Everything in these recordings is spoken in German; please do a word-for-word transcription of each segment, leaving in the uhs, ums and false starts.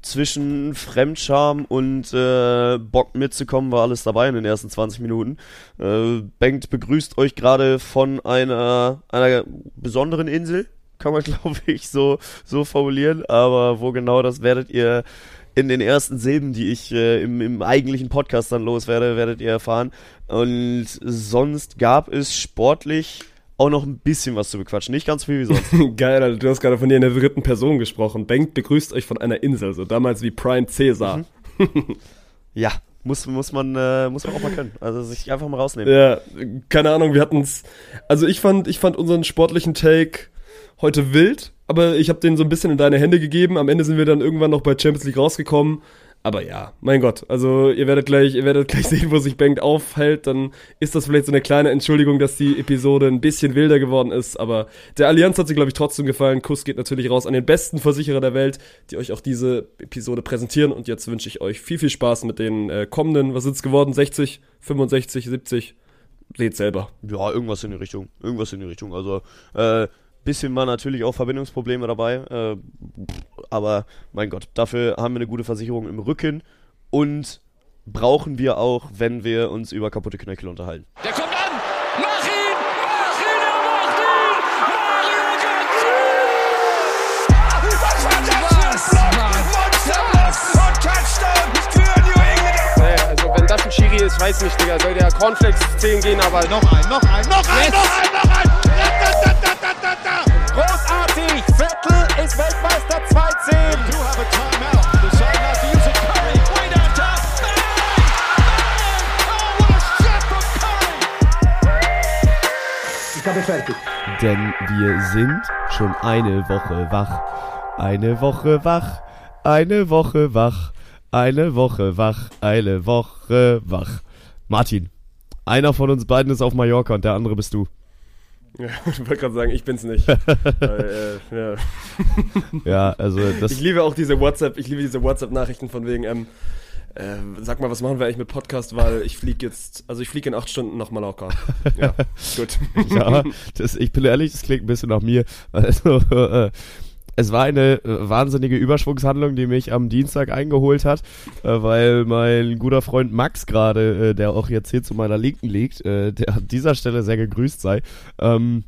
zwischen Fremdscham und äh, Bock mitzukommen war alles dabei in den ersten zwanzig Minuten. Äh, Bengt begrüßt euch gerade von einer, einer besonderen Insel, kann man glaube ich so, so formulieren, aber wo genau, das werdet ihr in den ersten Silben, die ich äh, im, im eigentlichen Podcast dann loswerde, werdet ihr erfahren. Und sonst gab es sportlich auch noch ein bisschen was zu bequatschen. Nicht ganz viel wie sonst. Geil, Alter, du hast gerade von dir in der dritten Person gesprochen. Bengt begrüßt euch von einer Insel, so damals wie Prime Caesar. Mhm. Ja, muss, muss, man, äh, muss man auch mal können. Also sich einfach mal rausnehmen. Ja, keine Ahnung, wir hatten's. Also ich fand, ich fand unseren sportlichen Take heute wild, aber ich habe den so ein bisschen in deine Hände gegeben. Am Ende sind wir dann irgendwann noch bei Champions League rausgekommen. Aber ja, mein Gott, also ihr werdet gleich, ihr werdet gleich sehen, wo sich Bengt aufhält, dann ist das vielleicht so eine kleine Entschuldigung, dass die Episode ein bisschen wilder geworden ist, aber der Allianz hat sie, glaube ich, trotzdem gefallen. Kuss geht natürlich raus an den besten Versicherer der Welt, die euch auch diese Episode präsentieren, und jetzt wünsche ich euch viel, viel Spaß mit den äh, kommenden, was sind's geworden, sechzig, fünfundsechzig, siebzig, seht selber. Ja, irgendwas in die Richtung, irgendwas in die Richtung, also, äh, bisschen war natürlich auch Verbindungsprobleme dabei, äh, aber mein Gott, dafür haben wir eine gute Versicherung im Rücken und brauchen wir auch, wenn wir uns über kaputte Knöchel unterhalten. Der kommt an! Mach ihn! Mach ihn! Er macht ihn! Mario Götze! Was war das für ein Block? Monsterblock und Touchdown für New England! Nee, also wenn das ein Schiri ist, weiß nicht, Digga, soll der Cornflakes zehn gehen, aber Noch ein, noch ein, noch ein, Jetzt. noch ein, noch ein! Da, da, da, da, da, da. großartig! Vettel ist Weltmeister zweizehn! You have a timeout. Decide not to use it. Curry, way downtown. Bang! Bang! Oh, what a shot from Curry! Ich habe fertig. Denn wir sind schon eine Woche wach. Eine Woche wach. Eine Woche wach. Eine Woche wach. Eine Woche wach. Martin, einer von uns beiden ist auf Mallorca und der andere bist du. Ja, ich wollte gerade sagen, ich bin's nicht. Weil, äh, ja. Ja, also das... Ich liebe auch diese WhatsApp, ich liebe diese WhatsApp-Nachrichten von wegen, ähm, äh, sag mal, was machen wir eigentlich mit Podcast, weil ich fliege jetzt, also ich fliege in acht Stunden nach Mallorca. Ja, gut. Ja, das, ich bin ehrlich, das klingt ein bisschen nach mir. Also, äh, es war eine äh, wahnsinnige Überschwungshandlung, die mich am Dienstag eingeholt hat, äh, weil mein guter Freund Max gerade, äh, der auch jetzt hier zu meiner Linken liegt, äh, der an dieser Stelle sehr gegrüßt sei, ähm,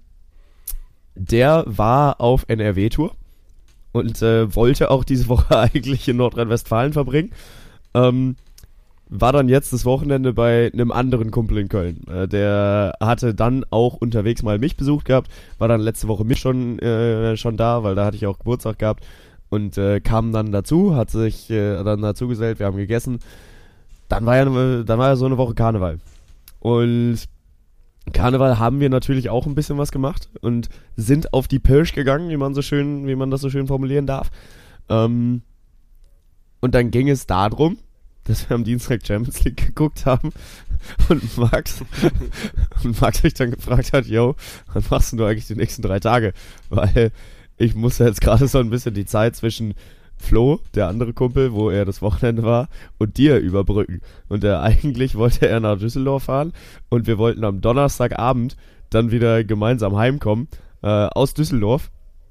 der war auf N R W-Tour und äh, wollte auch diese Woche eigentlich in Nordrhein-Westfalen verbringen. Ähm, war dann jetzt das Wochenende bei einem anderen Kumpel in Köln. Äh, der hatte dann auch unterwegs mal mich besucht gehabt, war dann letzte Woche mit schon, äh, schon da, weil da hatte ich auch Geburtstag gehabt und äh, kam dann dazu, hat sich äh, dann dazu gesellt, wir haben gegessen. Dann war ja, dann war ja so eine Woche Karneval. Und Karneval haben wir natürlich auch ein bisschen was gemacht und sind auf die Pirsch gegangen, wie man so schön, wie man das so schön formulieren darf. Ähm, und dann ging es darum, dass wir am Dienstag Champions League geguckt haben und Max und Max mich dann gefragt hat, yo, was machst du eigentlich die nächsten drei Tage? Weil ich musste jetzt gerade so ein bisschen die Zeit zwischen Flo, der andere Kumpel, wo er das Wochenende war, und dir überbrücken. Und er, eigentlich wollte er nach Düsseldorf fahren und wir wollten am Donnerstagabend dann wieder gemeinsam heimkommen äh, aus Düsseldorf.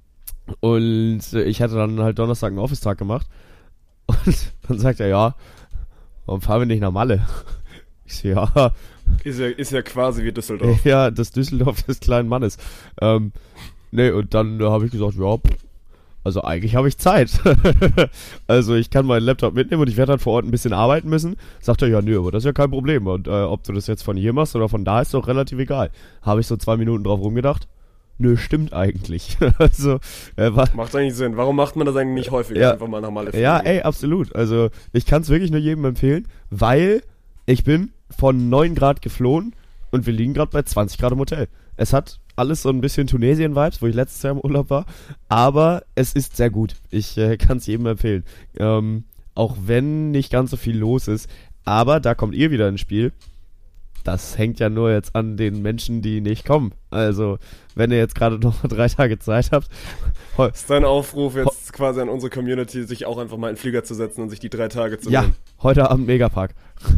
Und ich hatte dann halt Donnerstag einen Office-Tag gemacht und dann sagt er, ja, warum fahren wir nicht nach Malle? Ich so, ja. Ist ja, ist ja quasi wie Düsseldorf. Ja, das Düsseldorf des kleinen Mannes. Ähm, nee, und dann äh, habe ich gesagt, ja, also eigentlich habe ich Zeit. Also ich kann meinen Laptop mitnehmen und ich werde dann vor Ort ein bisschen arbeiten müssen. Sagt er, ja, nö, aber das ist ja kein Problem. Und äh, ob du das jetzt von hier machst oder von da, ist doch relativ egal. Habe ich so zwei Minuten drauf rumgedacht. Nö, stimmt eigentlich. Also, äh, war, macht eigentlich Sinn. Warum macht man das eigentlich nicht häufiger? Ja, einfach mal nach Malle fliegen? Ja, ey, absolut. Also ich kann es wirklich nur jedem empfehlen, weil ich bin von neun Grad geflohen und wir liegen gerade bei zwanzig Grad im Hotel. Es hat alles so ein bisschen Tunesien-Vibes, wo ich letztes Jahr im Urlaub war, aber es ist sehr gut. Ich äh, kann es jedem empfehlen. Ähm, auch wenn nicht ganz so viel los ist, aber da kommt ihr wieder ins Spiel. Das hängt ja nur jetzt an den Menschen, die nicht kommen. Also, wenn ihr jetzt gerade noch mal drei Tage Zeit habt. Das ist dein Aufruf jetzt quasi an unsere Community, sich auch einfach mal in den Flieger zu setzen und sich die drei Tage zu Ja, nehmen. heute Abend Megapark.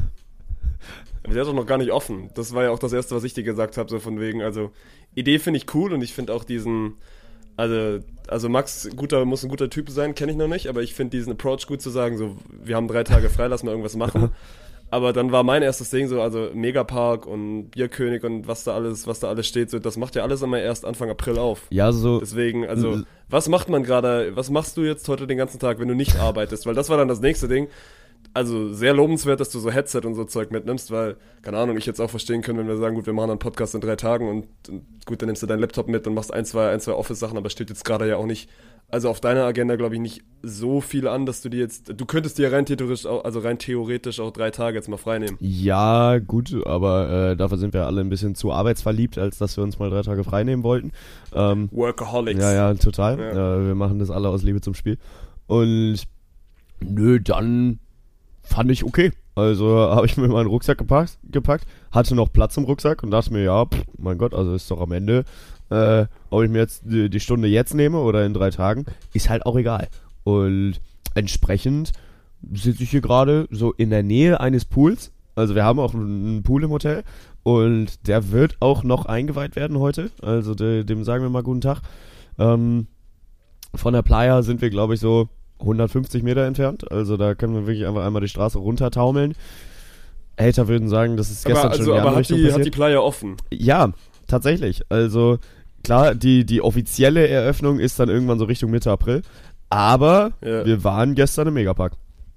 Aber der ist doch noch gar nicht offen. Das war ja auch das Erste, was ich dir gesagt habe, so von wegen, also Idee finde ich cool und ich finde auch diesen Also, also Max guter, muss ein guter Typ sein, kenne ich noch nicht, aber ich finde diesen Approach gut zu sagen, so, wir haben drei Tage frei, lass mal irgendwas machen. Aber dann war mein erstes Ding so, also Megapark und Bierkönig und was da alles, was da alles steht, so, das macht ja alles immer erst Anfang April auf. Ja, so. Deswegen, also, was macht man gerade, was machst du jetzt heute den ganzen Tag, wenn du nicht arbeitest? Weil das war dann das nächste Ding. Also sehr lobenswert, dass du so Headset und so Zeug mitnimmst, weil, keine Ahnung, ich jetzt auch verstehen können, wenn wir sagen, gut, wir machen einen Podcast in drei Tagen und, und gut, dann nimmst du deinen Laptop mit und machst ein, zwei, ein, zwei Office-Sachen, aber steht jetzt gerade ja auch nicht, also auf deiner Agenda, glaube ich, nicht so viel an, dass du dir jetzt, du könntest dir rein theoretisch auch, also rein theoretisch auch drei Tage jetzt mal freinehmen. Ja, gut, aber äh, dafür sind wir alle ein bisschen zu arbeitsverliebt, als dass wir uns mal drei Tage frei nehmen wollten. Ähm, Workaholics. Ja, ja, total. Ja. Äh, wir machen das alle aus Liebe zum Spiel. Und nö, dann fand ich okay. Also habe ich mir meinen Rucksack gepackt, gepackt, hatte noch Platz im Rucksack und dachte mir, ja, pff, mein Gott, also ist doch am Ende, äh, ob ich mir jetzt die, die Stunde jetzt nehme oder in drei Tagen, ist halt auch egal. Und entsprechend sitze ich hier gerade so in der Nähe eines Pools. Also wir haben auch einen Pool im Hotel und der wird auch noch eingeweiht werden heute. Also de, dem sagen wir mal guten Tag. Ähm, von der Playa sind wir, glaube ich, so hundertfünfzig Meter entfernt, also da können wir wirklich einfach einmal die Straße runtertaumeln. Hater würden sagen, das ist gestern aber, also, schon in die aber andere hat Richtung die, passiert. hat die Playa offen? Ja, tatsächlich. Also klar, die, die offizielle Eröffnung ist dann irgendwann so Richtung Mitte April, aber Ja. wir waren gestern im Megapark.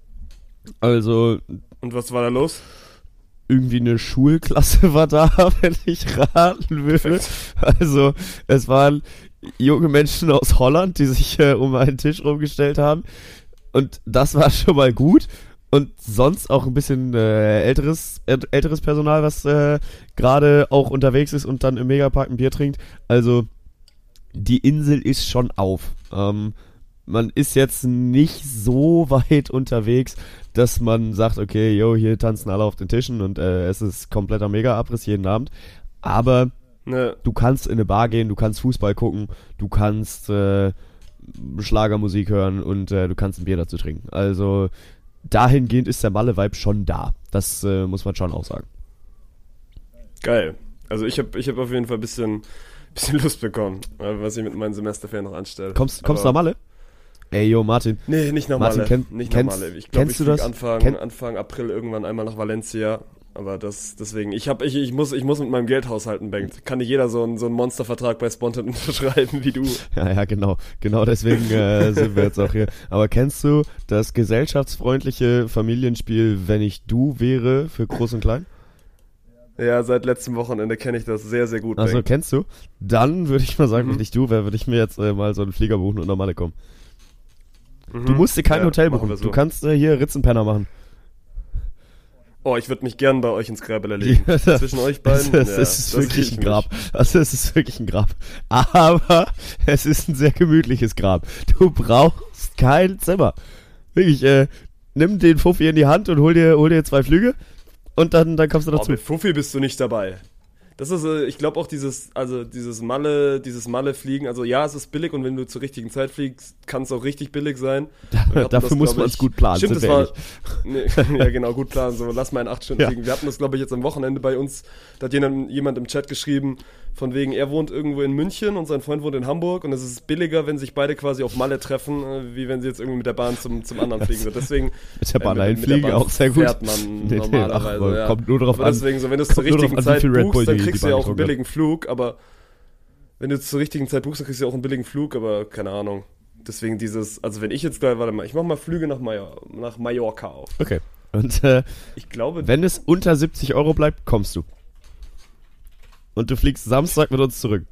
Also Und was war da los? irgendwie eine Schulklasse war da, wenn ich raten würde. Also es waren junge Menschen aus Holland, die sich äh, um einen Tisch rumgestellt haben. Und das war schon mal gut. Und sonst auch ein bisschen äh, älteres, äh, älteres Personal, was äh, gerade auch unterwegs ist und dann im Megapark ein Bier trinkt. Also die Insel ist schon auf. Ähm, man ist jetzt nicht so weit unterwegs, dass man sagt, okay, yo, hier tanzen alle auf den Tischen und äh, es ist kompletter Mega-Abriss jeden Abend. Aber Ne, du kannst in eine Bar gehen, du kannst Fußball gucken, du kannst äh, Schlagermusik hören und äh, du kannst ein Bier dazu trinken. Also dahingehend ist der Malle-Vibe schon da. Das äh, muss man schon auch sagen. geil. Also ich habe ich hab auf jeden Fall ein bisschen, bisschen Lust bekommen, äh, was ich mit meinen Semesterferien noch anstelle. Kommst, kommst du Aber- nach Malle? Ey, yo, Martin. Nee, nicht nach Martin, Malle. kenn- nicht kennst- nach Malle. Ich glaube, ich kennst du flieg das? Anfang, Kenn- Anfang April irgendwann einmal nach Valencia. Aber das, deswegen, ich hab, ich, ich muss, ich muss mit meinem Geld haushalten, Bengt. Kann nicht jeder so einen, so einen Monstervertrag bei Spontan unterschreiben wie du. Ja, ja, genau. Genau deswegen äh, sind wir jetzt auch hier. Aber kennst du das gesellschaftsfreundliche Familienspiel Wenn ich du wäre für Groß und Klein? Ja, seit letztem Wochenende kenne ich das sehr, sehr gut, Also Bengt. kennst du? Dann würde ich mal sagen, Mhm. wenn ich du wäre, würde ich mir jetzt äh, mal so einen Flieger buchen und nach Malle kommen. Mhm. Du musst dir kein Ja, Hotel machen buchen. wir so. Du kannst äh, hier Ritzenpenner machen. Oh, ich würde mich gern bei euch ins Gräbele legen. das, Zwischen euch beiden. Das, ja, das ist das wirklich riecht ein Grab. mich. Also es ist wirklich ein Grab. Aber es ist ein sehr gemütliches Grab. Du brauchst kein Zimmer. Wirklich, äh, nimm den Fuffi in die Hand und hol dir, hol dir zwei Flüge und dann, dann kommst du Oh, dazu. mit Fuffi bist du nicht dabei. Das ist, äh, ich glaube auch dieses, also dieses Malle, dieses Malle-Fliegen, also ja, es ist billig und wenn du zur richtigen Zeit fliegst, kann es auch richtig billig sein. Wir hatten Dafür das, muss glaub man ich- es gut planen, Stimmt, sind das wir war, nee, ja genau, gut planen, so lass mal in acht Stunden Ja. fliegen. Wir hatten das, glaube ich, jetzt am Wochenende bei uns, da hat jemand, jemand im Chat geschrieben, von wegen, er wohnt irgendwo in München und sein Freund wohnt in Hamburg und es ist billiger, wenn sich beide quasi auf Malle treffen, äh, wie wenn sie jetzt irgendwie mit der Bahn zum, zum anderen fliegen. So, deswegen Mit der Bahn äh, dahin mit der fliegen Bahn auch sehr gut. fährt man Nee, nee, normalerweise, ach, ja. kommt nur drauf Aber an. deswegen, so, wenn du es zur kommt nur richtigen drauf an, wie Zeit viel Red Bull buchst, dann die- die kriegst du Bahn ja auch einen getrunken hat. billigen Flug, aber wenn du zur richtigen Zeit buchst, dann kriegst du ja auch einen billigen Flug, aber keine Ahnung. Deswegen dieses, also wenn ich jetzt gleich, warte mal, ich mach mal Flüge nach, Major, nach Mallorca auf. Okay. Und äh, Ich glaube, wenn es unter siebzig Euro bleibt, kommst du. Und du fliegst Samstag mit uns zurück.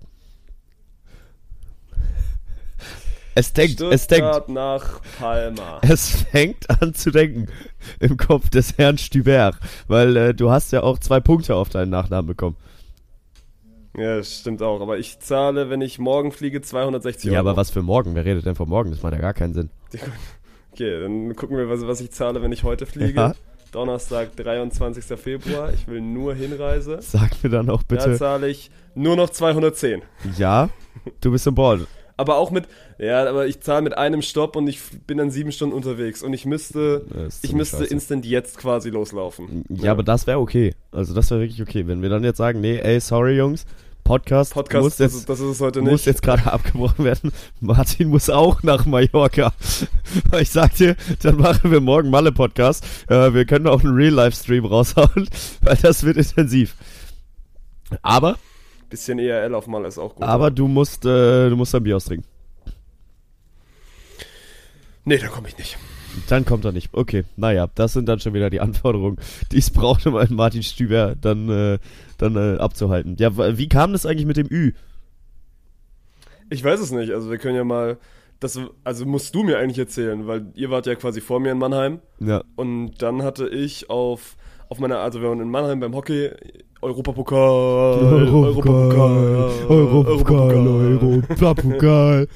Es denkt, es denkt. Stuttgart nach Palma. Es fängt an zu denken im Kopf des Herrn Stüber, weil äh, du hast ja auch zwei Punkte auf deinen Nachnamen bekommen. Ja, das stimmt auch, aber ich zahle, wenn ich morgen fliege, zweihundertsechzig Ja, Euro. aber was für morgen? Wer redet denn von morgen? Das macht ja gar keinen Sinn. Okay, dann gucken wir, was, was ich zahle, wenn ich heute fliege. Ja. Donnerstag, dreiundzwanzigster Februar. Ich will nur Hinreise. Sag mir dann auch Da bitte. zahle ich nur noch zweihundertzehn. Ja, du bist im Board. Aber auch mit, ja, aber ich zahle mit einem Stopp und ich bin dann sieben Stunden unterwegs und ich müsste, Das ist ich ziemlich müsste scheiße. instant jetzt quasi loslaufen. Ja, aber das wäre okay. Also das wäre wirklich okay. Wenn wir dann jetzt sagen, nee, ey, sorry Jungs, Podcast, Podcast, muss das, jetzt, ist, das ist es heute muss nicht. jetzt gerade abgebrochen werden. Martin muss auch nach Mallorca. Ich sag dir, dann machen wir morgen Malle-Podcast. Äh, wir können auch einen Real-Life-Stream raushauen, weil das wird intensiv. Aber, Bisschen E R L auf Mal ist auch gut. aber du musst, äh, du musst ein Bier austrinken. Nee, da komme ich nicht. Dann kommt er nicht. Okay, naja, das sind dann schon wieder die Anforderungen, die es braucht, um einen Martin Stüber dann, äh, dann äh, abzuhalten. Ja, w- wie kam das eigentlich mit dem Ü? Ich weiß es nicht. Also wir können ja mal, das, also musst du mir eigentlich erzählen, weil ihr wart ja quasi vor mir in Mannheim. Ja. Und dann hatte ich auf, auf meiner, also wir waren in Mannheim beim Hockey, Europapokal, Europapokal, Europapokal, Europapokal.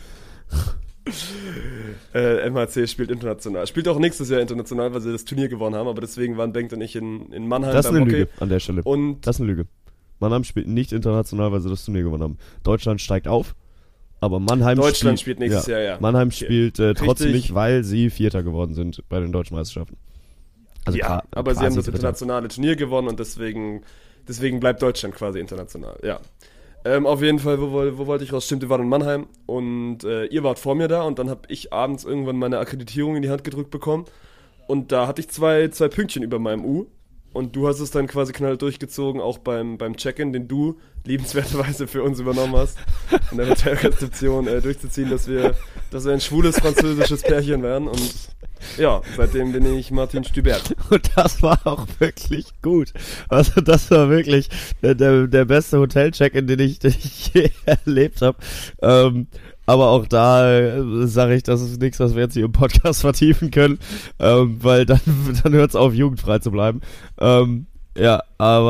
Äh, M H C spielt international. Spielt auch nächstes Jahr international, weil sie das Turnier gewonnen haben, aber deswegen waren Bengt und ich in, in Mannheim Das ist beim eine Hockey. Lüge an der Stelle. Und Das ist eine Lüge. Mannheim spielt nicht international, weil sie das Turnier gewonnen haben. Deutschland steigt auf, aber Mannheim Deutschland spielt, spielt nächstes Jahr, ja. Mannheim Okay. spielt äh, trotzdem Richtig. nicht, weil sie Vierter geworden sind bei den deutschen Meisterschaften. Also ja, qua- aber sie quasi haben das Dritter. internationale Turnier gewonnen und deswegen, deswegen bleibt Deutschland quasi international, ja. Ähm, auf jeden Fall, wo, wo, wo wollte ich raus? Stimmt, wir waren in Mannheim und äh, ihr wart vor mir da und dann habe ich abends irgendwann meine Akkreditierung in die Hand gedrückt bekommen und da hatte ich zwei, zwei Pünktchen über meinem U und du hast es dann quasi knall durchgezogen, auch beim, beim Check-in, den du liebenswerterweise für uns übernommen hast, in der Hotelrezeption äh, durchzuziehen, dass wir, dass wir ein schwules französisches Pärchen werden und ja, seitdem bin ich Martin Stübert. Und das war auch wirklich gut. Also das war wirklich der, der, der beste Hotel-Check-in, den ich, den ich je erlebt habe. Ähm, aber auch da äh, sage ich, das ist nichts, was wir jetzt hier im Podcast vertiefen können, ähm, weil dann, dann hört es auf, jugendfrei zu bleiben. Ähm, ja,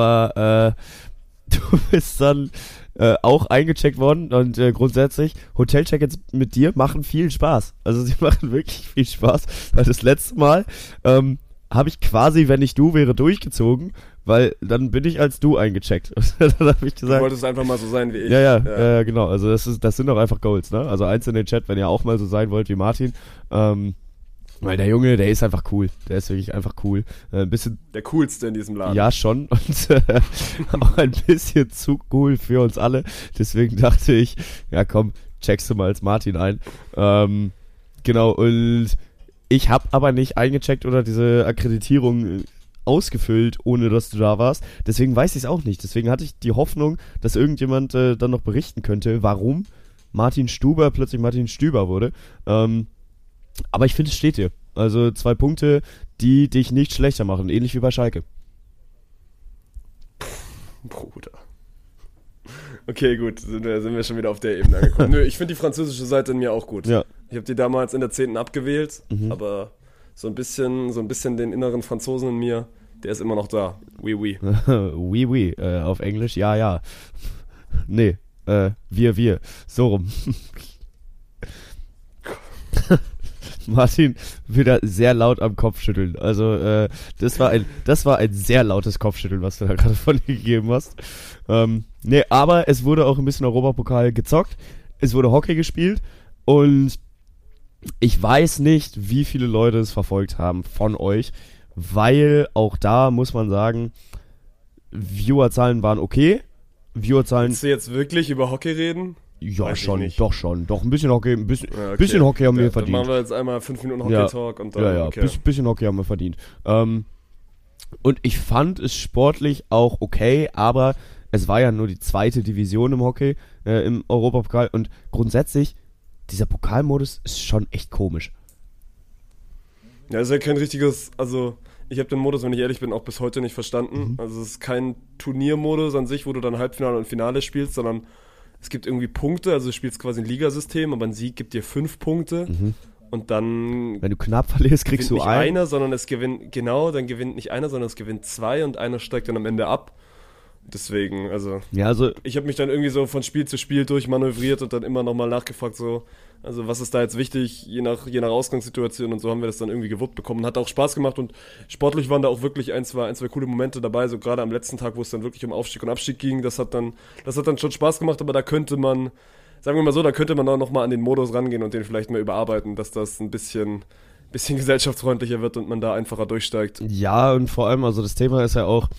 aber äh, du bist dann äh, auch eingecheckt worden und äh, grundsätzlich Hotel-Check-ins mit dir machen viel Spaß. Also sie machen wirklich viel Spaß, weil das letzte Mal ähm, habe ich quasi, wenn ich du wäre, durchgezogen, weil dann bin ich als du eingecheckt. Dann habe ich Du gesagt, wolltest einfach mal so sein wie ich. ja, ja, ja. Äh, genau, also das ist, das sind doch einfach Goals, ne? Also eins in den Chat, wenn ihr auch mal so sein wollt wie Martin, ähm, weil der Junge, der ist einfach cool, der ist wirklich einfach cool, äh, ein bisschen, Der coolste in diesem Laden. ja schon, und äh, auch ein bisschen zu cool für uns alle, deswegen dachte ich, ja komm, checkst du mal als Martin ein, ähm, genau, und ich habe aber nicht eingecheckt oder diese Akkreditierung äh, ausgefüllt, ohne dass du da warst. Deswegen weiß ich es auch nicht. Deswegen hatte ich die Hoffnung, dass irgendjemand äh, dann noch berichten könnte, warum Martin Stuber plötzlich Martin Stüber wurde. Ähm, aber ich finde, es steht dir. Also zwei Punkte, die dich nicht schlechter machen. Ähnlich wie bei Schalke. Bruder. Okay, gut, sind wir, sind wir schon wieder auf der Ebene angekommen. Nö, ich finde die französische Seite in mir auch gut. Ja. Ich habe die damals in der zehnten abgewählt, Mhm. aber so ein bisschen, so ein bisschen den inneren Franzosen in mir, der ist immer noch da. Oui, oui. oui, oui. Äh, auf Englisch, ja, ja. Nee, äh, wir, wir. So rum. Martin wieder sehr laut am Kopfschütteln. Also äh, das war ein das war ein sehr lautes Kopfschütteln, was du da gerade von dir gegeben hast. Ähm, nee, aber es wurde auch ein bisschen Europapokal gezockt. Es wurde Hockey gespielt und ich weiß nicht, wie viele Leute es verfolgt haben von euch, weil auch da muss man sagen, Viewerzahlen waren okay. Viewerzahlen, Willst du jetzt wirklich über Hockey reden? ja weiß ich schon, nicht. doch schon. Doch, ein bisschen Hockey, ein bisschen, Ja, okay. bisschen Hockey haben wir Ja, dann verdient. machen wir jetzt einmal fünf Minuten Ja. Hockey-Talk und dann, Ja, ja, okay. bisschen, bisschen Hockey haben wir verdient. Ähm, und ich fand es sportlich auch okay, aber es war ja nur die zweite Division im Hockey, äh, im Europapokal. Und grundsätzlich, dieser Pokalmodus ist schon echt komisch. Ja, ist ja kein richtiges, also ich habe den Modus, wenn ich ehrlich bin, auch bis heute nicht verstanden. Also es ist kein Turniermodus an sich, wo du dann Halbfinale und Finale spielst, sondern es gibt irgendwie Punkte, also du spielst quasi ein Ligasystem, aber ein Sieg gibt dir fünf Punkte und dann Wenn du knapp verlierst, kriegst gewinnt du nicht ein. einer, sondern es gewinnt, genau, dann gewinnt nicht einer, sondern es gewinnt zwei und einer steigt dann am Ende ab. Deswegen, also Ja, also ich habe mich dann irgendwie so von Spiel zu Spiel durchmanövriert und dann immer nochmal nachgefragt, so, also was ist da jetzt wichtig, je nach, je nach Ausgangssituation und so haben wir das dann irgendwie gewuppt bekommen. Hat auch Spaß gemacht und sportlich waren da auch wirklich ein, zwei, ein, zwei coole Momente dabei, so gerade am letzten Tag, wo es dann wirklich um Aufstieg und Abstieg ging, das hat dann, das hat dann schon Spaß gemacht, aber da könnte man, sagen wir mal so, da könnte man auch nochmal an den Modus rangehen und den vielleicht mal überarbeiten, dass das ein bisschen, bisschen gesellschaftsfreundlicher wird und man da einfacher durchsteigt. ja, und vor allem, also das Thema ist ja auch,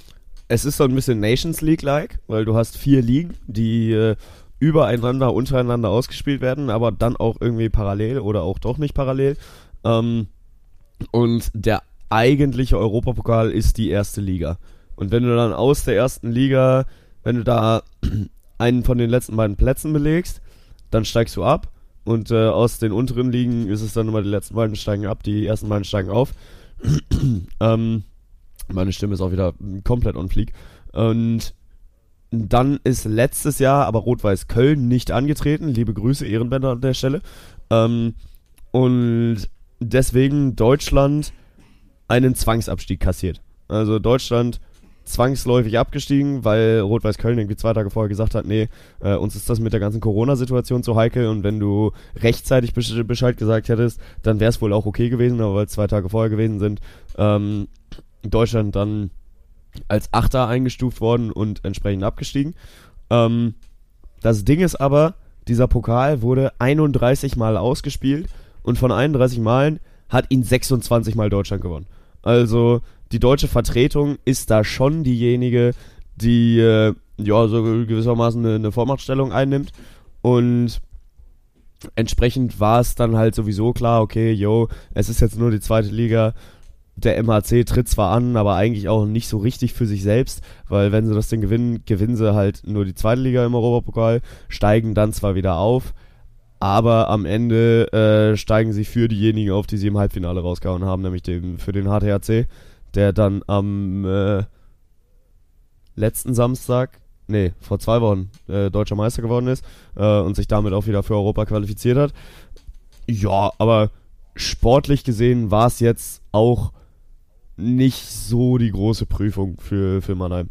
es ist so ein bisschen Nations League-like, weil du hast vier Ligen, die äh, übereinander, untereinander ausgespielt werden, aber dann auch irgendwie parallel oder auch doch nicht parallel. Ähm, und der eigentliche Europapokal ist die erste Liga. Und wenn du dann aus der ersten Liga, wenn du da einen von den letzten beiden Plätzen belegst, dann steigst du ab. Und äh, aus den unteren Ligen ist es dann immer, die letzten beiden steigen ab, die ersten beiden steigen auf. ähm, meine Stimme ist auch wieder komplett on fleek. Und dann ist letztes Jahr aber Rot-Weiß Köln nicht angetreten. Liebe Grüße, Ehrenbänder an der Stelle. Ähm, und deswegen Deutschland einen Zwangsabstieg kassiert. Also Deutschland zwangsläufig abgestiegen, weil Rot-Weiß Köln irgendwie zwei Tage vorher gesagt hat, nee, äh, uns ist das mit der ganzen Corona-Situation zu heikel und wenn du rechtzeitig Bescheid gesagt hättest, dann wäre es wohl auch okay gewesen, aber weil es zwei Tage vorher gewesen sind, ähm, Deutschland dann als Achter eingestuft worden und entsprechend abgestiegen. Ähm, das Ding ist aber, dieser Pokal wurde einunddreißig Mal ausgespielt und von einunddreißig Malen hat ihn sechsundzwanzig Mal Deutschland gewonnen. Also die deutsche Vertretung ist da schon diejenige, die äh, ja so gewissermaßen eine, eine Vormachtstellung einnimmt und entsprechend war es dann halt sowieso klar, okay, yo, es ist jetzt nur die zweite Liga, der M H C tritt zwar an, aber eigentlich auch nicht so richtig für sich selbst, weil wenn sie das Ding gewinnen, gewinnen sie halt nur die zweite Liga im Europapokal, steigen dann zwar wieder auf, aber am Ende äh, steigen sie für diejenigen auf, die sie im Halbfinale rausgehauen haben, nämlich den, für den H T H C, der dann am äh, letzten Samstag, nee, vor zwei Wochen äh, deutscher Meister geworden ist äh, und sich damit auch wieder für Europa qualifiziert hat. Ja, aber sportlich gesehen war es jetzt auch nicht so die große Prüfung für, für Mannheim.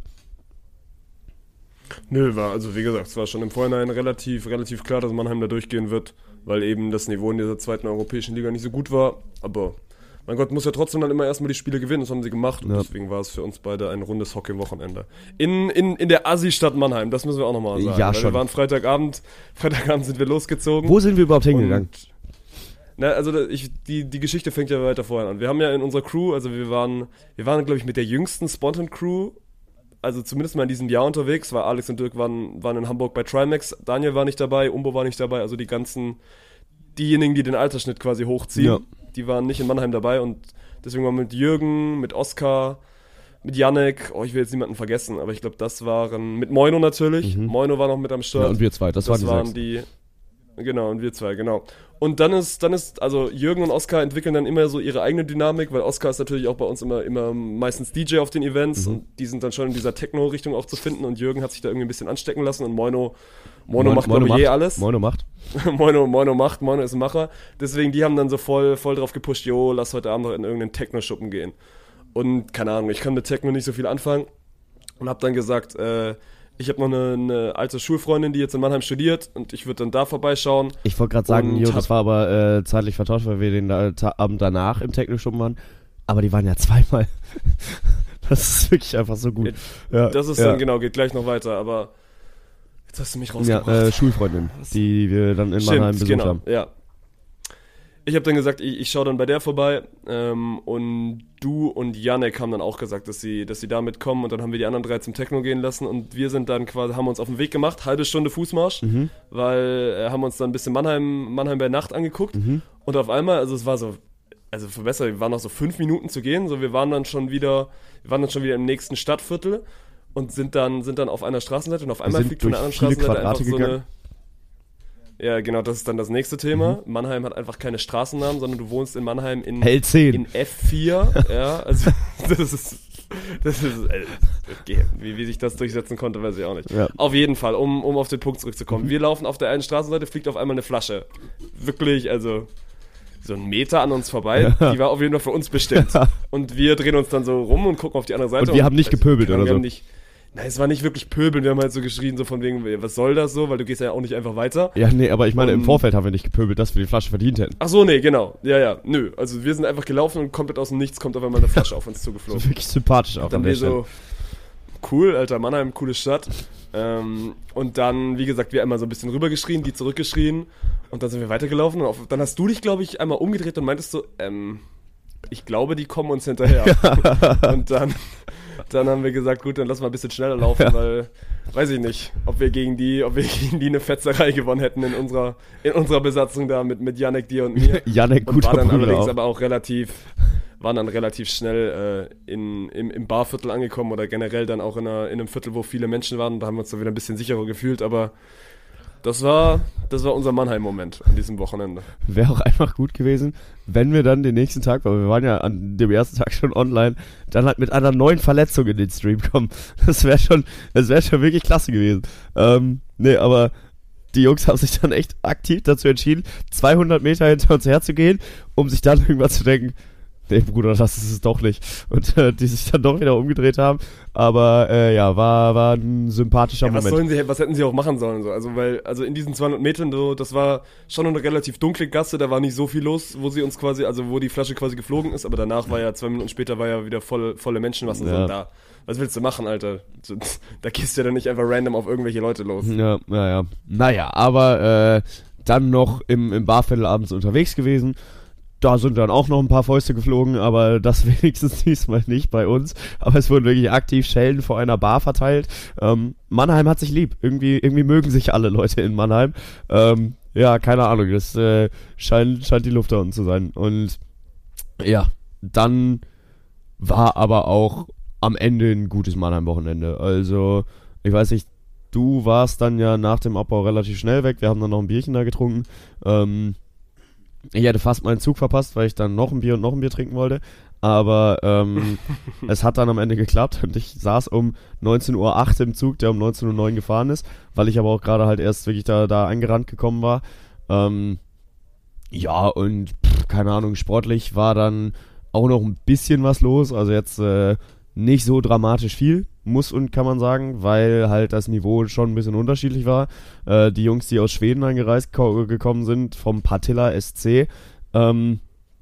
Nö, war, also wie gesagt, es war schon im Vorhinein relativ, relativ klar, dass Mannheim da durchgehen wird, weil eben das Niveau in dieser zweiten europäischen Liga nicht so gut war, aber mein Gott, muss ja trotzdem dann immer erstmal die Spiele gewinnen, das haben sie gemacht und ja. Deswegen war es für uns beide ein rundes Hockey-Wochenende. In, in, in der Assi-Stadt Mannheim, das müssen wir auch nochmal sagen. Ja, schon. Wir waren Freitagabend, Freitagabend sind wir losgezogen. Wo sind wir überhaupt hingegangen? Na, also ich, die, die Geschichte fängt ja weiter vorher an. Wir haben ja in unserer Crew, also wir waren, wir waren glaube ich mit der jüngsten Spontan-Crew, also zumindest mal in diesem Jahr unterwegs, weil Alex und Dirk waren, waren in Hamburg bei Trimax, Daniel war nicht dabei, Umbo war nicht dabei, also die ganzen, diejenigen, die den Altersschnitt quasi hochziehen, ja. Die waren nicht in Mannheim dabei und deswegen waren wir mit Jürgen, mit Oskar, mit Yannick, oh ich will jetzt niemanden vergessen, aber ich glaube das waren, mit Moino natürlich, mhm. Moino war noch mit am Start. Ja, und wir zwei, das, das waren die waren die, genau, und wir zwei, genau. Und dann ist, dann ist, also Jürgen und Oskar entwickeln dann immer so ihre eigene Dynamik, weil Oskar ist natürlich auch bei uns immer, immer meistens D J auf den Events mhm. und die sind dann schon in dieser Techno-Richtung auch zu finden und Jürgen hat sich da irgendwie ein bisschen anstecken lassen und Moino, Moino Mo- macht, Moino glaube ich, eh alles. Moino macht. Moino, Moino macht, Moino ist ein Macher. Deswegen, die haben dann so voll, voll drauf gepusht, jo, lass heute Abend noch in irgendeinen Techno-Schuppen gehen. Und, keine Ahnung, ich kann mit Techno nicht so viel anfangen und hab dann gesagt, äh, ich habe noch eine, eine alte Schulfreundin, die jetzt in Mannheim studiert und ich würde dann da vorbeischauen. Ich wollte gerade sagen, jo, das war aber äh, zeitlich vertauscht, weil wir den da, ta- Abend danach im Techno-Schuppen waren. Aber die waren ja zweimal. Das ist wirklich einfach so gut. Ja, das ist ja. dann, genau, geht gleich noch weiter, aber jetzt hast du mich rausgebracht. Ja, äh, Schulfreundin, die wir dann in Mannheim besucht genau, haben. Ja. Ich habe dann gesagt, ich, ich schaue dann bei der vorbei ähm, und du und Yannick haben dann auch gesagt, dass sie, dass sie da mitkommen und dann haben wir die anderen drei zum Techno gehen lassen und wir sind dann quasi, haben uns auf den Weg gemacht, halbe Stunde Fußmarsch, mhm. weil äh, haben uns dann ein bisschen Mannheim, Mannheim bei Nacht angeguckt mhm. und auf einmal, also es war so, also für besser, wir waren noch so fünf Minuten zu gehen, so wir waren dann schon wieder, wir waren dann schon wieder im nächsten Stadtviertel und sind dann, sind dann auf einer Straßenseite und auf einmal fliegt von der anderen Straßenseite einfach so eine... Ja, genau, das ist dann das nächste Thema. Mhm. Mannheim hat einfach keine Straßennamen, sondern du wohnst in Mannheim in, L zehn. in F vier. Ja, also das ist, das ist, okay. wie, wie sich das durchsetzen konnte, weiß ich auch nicht. Ja. Auf jeden Fall, um, um auf den Punkt zurückzukommen. Mhm. Wir laufen auf der einen Straßenseite, fliegt auf einmal eine Flasche. Wirklich, also so einen Meter an uns vorbei. Ja. Die war auf jeden Fall für uns bestimmt. Ja. Und wir drehen uns dann so rum und gucken auf die andere Seite. Und wir und, haben nicht gepöbelt also, oder so. Nicht, Nein, es war nicht wirklich Pöbeln, wir haben halt so geschrien, so von wegen, was soll das so, weil du gehst ja auch nicht einfach weiter. Ja, nee, aber ich meine, und, im Vorfeld haben wir nicht gepöbelt, dass wir die Flasche verdient hätten. Ach so, nee, genau, ja, ja, nö, also wir sind einfach gelaufen und komplett aus dem Nichts kommt auf einmal eine Flasche auf uns zugeflogen. Das ist wirklich sympathisch auch. Und dann wir so, cool, Alter, Mannheim, coole Stadt. ähm, und dann, wie gesagt, wir einmal so ein bisschen rübergeschrien, die zurückgeschrien und dann sind wir weitergelaufen und auf, dann hast du dich, glaube ich, einmal umgedreht und meintest so, ähm, ich glaube, die kommen uns hinterher. Und dann dann haben wir gesagt, gut, dann lass mal ein bisschen schneller laufen, Ja. weil, weiß ich nicht, ob wir gegen die, ob wir gegen die eine Fetzerei gewonnen hätten in unserer, in unserer Besatzung da mit, mit Yannick, dir und mir. Janek, Und guter war dann Bruder allerdings auch. aber auch relativ, waren dann relativ schnell äh, in, im, im Barviertel angekommen oder generell dann auch in, einer, in einem Viertel, wo viele Menschen waren. Da haben wir uns dann wieder ein bisschen sicherer gefühlt, aber das war, das war unser Mannheim-Moment an diesem Wochenende. Wäre auch einfach gut gewesen, wenn wir dann den nächsten Tag, weil wir waren ja an dem ersten Tag schon online, dann halt mit einer neuen Verletzung in den Stream kommen. Das wäre schon, das wäre schon wirklich klasse gewesen. Ähm, nee, aber die Jungs haben sich dann echt aktiv dazu entschieden, zweihundert Meter hinter uns herzugehen, um sich dann irgendwann zu denken, nee, Bruder, das ist es doch nicht. Und äh, die sich dann doch wieder umgedreht haben. Aber äh, ja, war, war ein sympathischer Ja, was, Moment. sollen sie, was hätten sie auch machen sollen? So? Also, weil, also in diesen zweihundert Metern, so, das war schon eine relativ dunkle Gasse, da war nicht so viel los, wo sie uns quasi, also wo die Flasche quasi geflogen ist, aber danach war ja, zwei Minuten später war ja wieder voll, volle Menschenmassen Ja. so da. Was willst du machen, Alter? So, da gehst du ja dann nicht einfach random auf irgendwelche Leute los. Ja, naja. Naja, aber äh, dann noch im, im Barviertel abends unterwegs gewesen. Da sind dann auch noch ein paar Fäuste geflogen, aber das wenigstens diesmal nicht bei uns. Aber es wurden wirklich aktiv Schellen vor einer Bar verteilt. Ähm, Mannheim hat sich lieb. Irgendwie, irgendwie mögen sich alle Leute in Mannheim. Ähm, ja, keine Ahnung. Das äh, scheint, scheint die Luft da unten zu sein. Und ja, dann war aber auch am Ende ein gutes Mannheim-Wochenende. Also, ich weiß nicht, du warst dann ja nach dem Abbau relativ schnell weg. Wir haben dann noch ein Bierchen da getrunken. Ähm, ich hätte fast meinen Zug verpasst, weil ich dann noch ein Bier und noch ein Bier trinken wollte. Aber ähm, es hat dann am Ende geklappt und ich saß um neunzehn Uhr acht im Zug, der um neunzehn Uhr neun gefahren ist, weil ich aber auch gerade halt erst wirklich da, da angerannt gekommen war. Ähm, ja, und pff, keine Ahnung, sportlich war dann auch noch ein bisschen was los. Also jetzt äh, nicht so dramatisch viel, muss und kann man sagen, weil halt das Niveau schon ein bisschen unterschiedlich war. Äh, die Jungs, die aus Schweden angereist ko- gekommen sind, vom Partilla S C, ähm,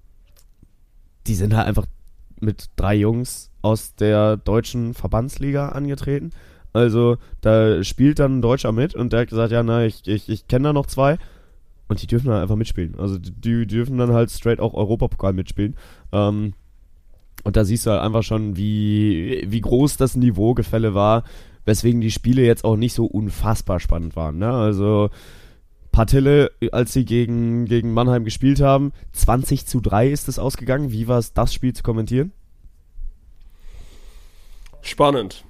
die sind halt einfach mit drei Jungs aus der deutschen Verbandsliga angetreten. Also da spielt dann ein Deutscher mit und der hat gesagt, ja, na, ich, ich, ich kenne da noch zwei und die dürfen dann einfach mitspielen. Also die, die dürfen dann halt straight auch Europapokal mitspielen. Ähm, Und da siehst du halt einfach schon, wie, wie groß das Niveaugefälle war, weswegen die Spiele jetzt auch nicht so unfassbar spannend waren. Ne? Also Partille, als sie gegen, gegen Mannheim gespielt haben, zwanzig zu drei ist es ausgegangen. Wie war es, das Spiel zu kommentieren? Spannend.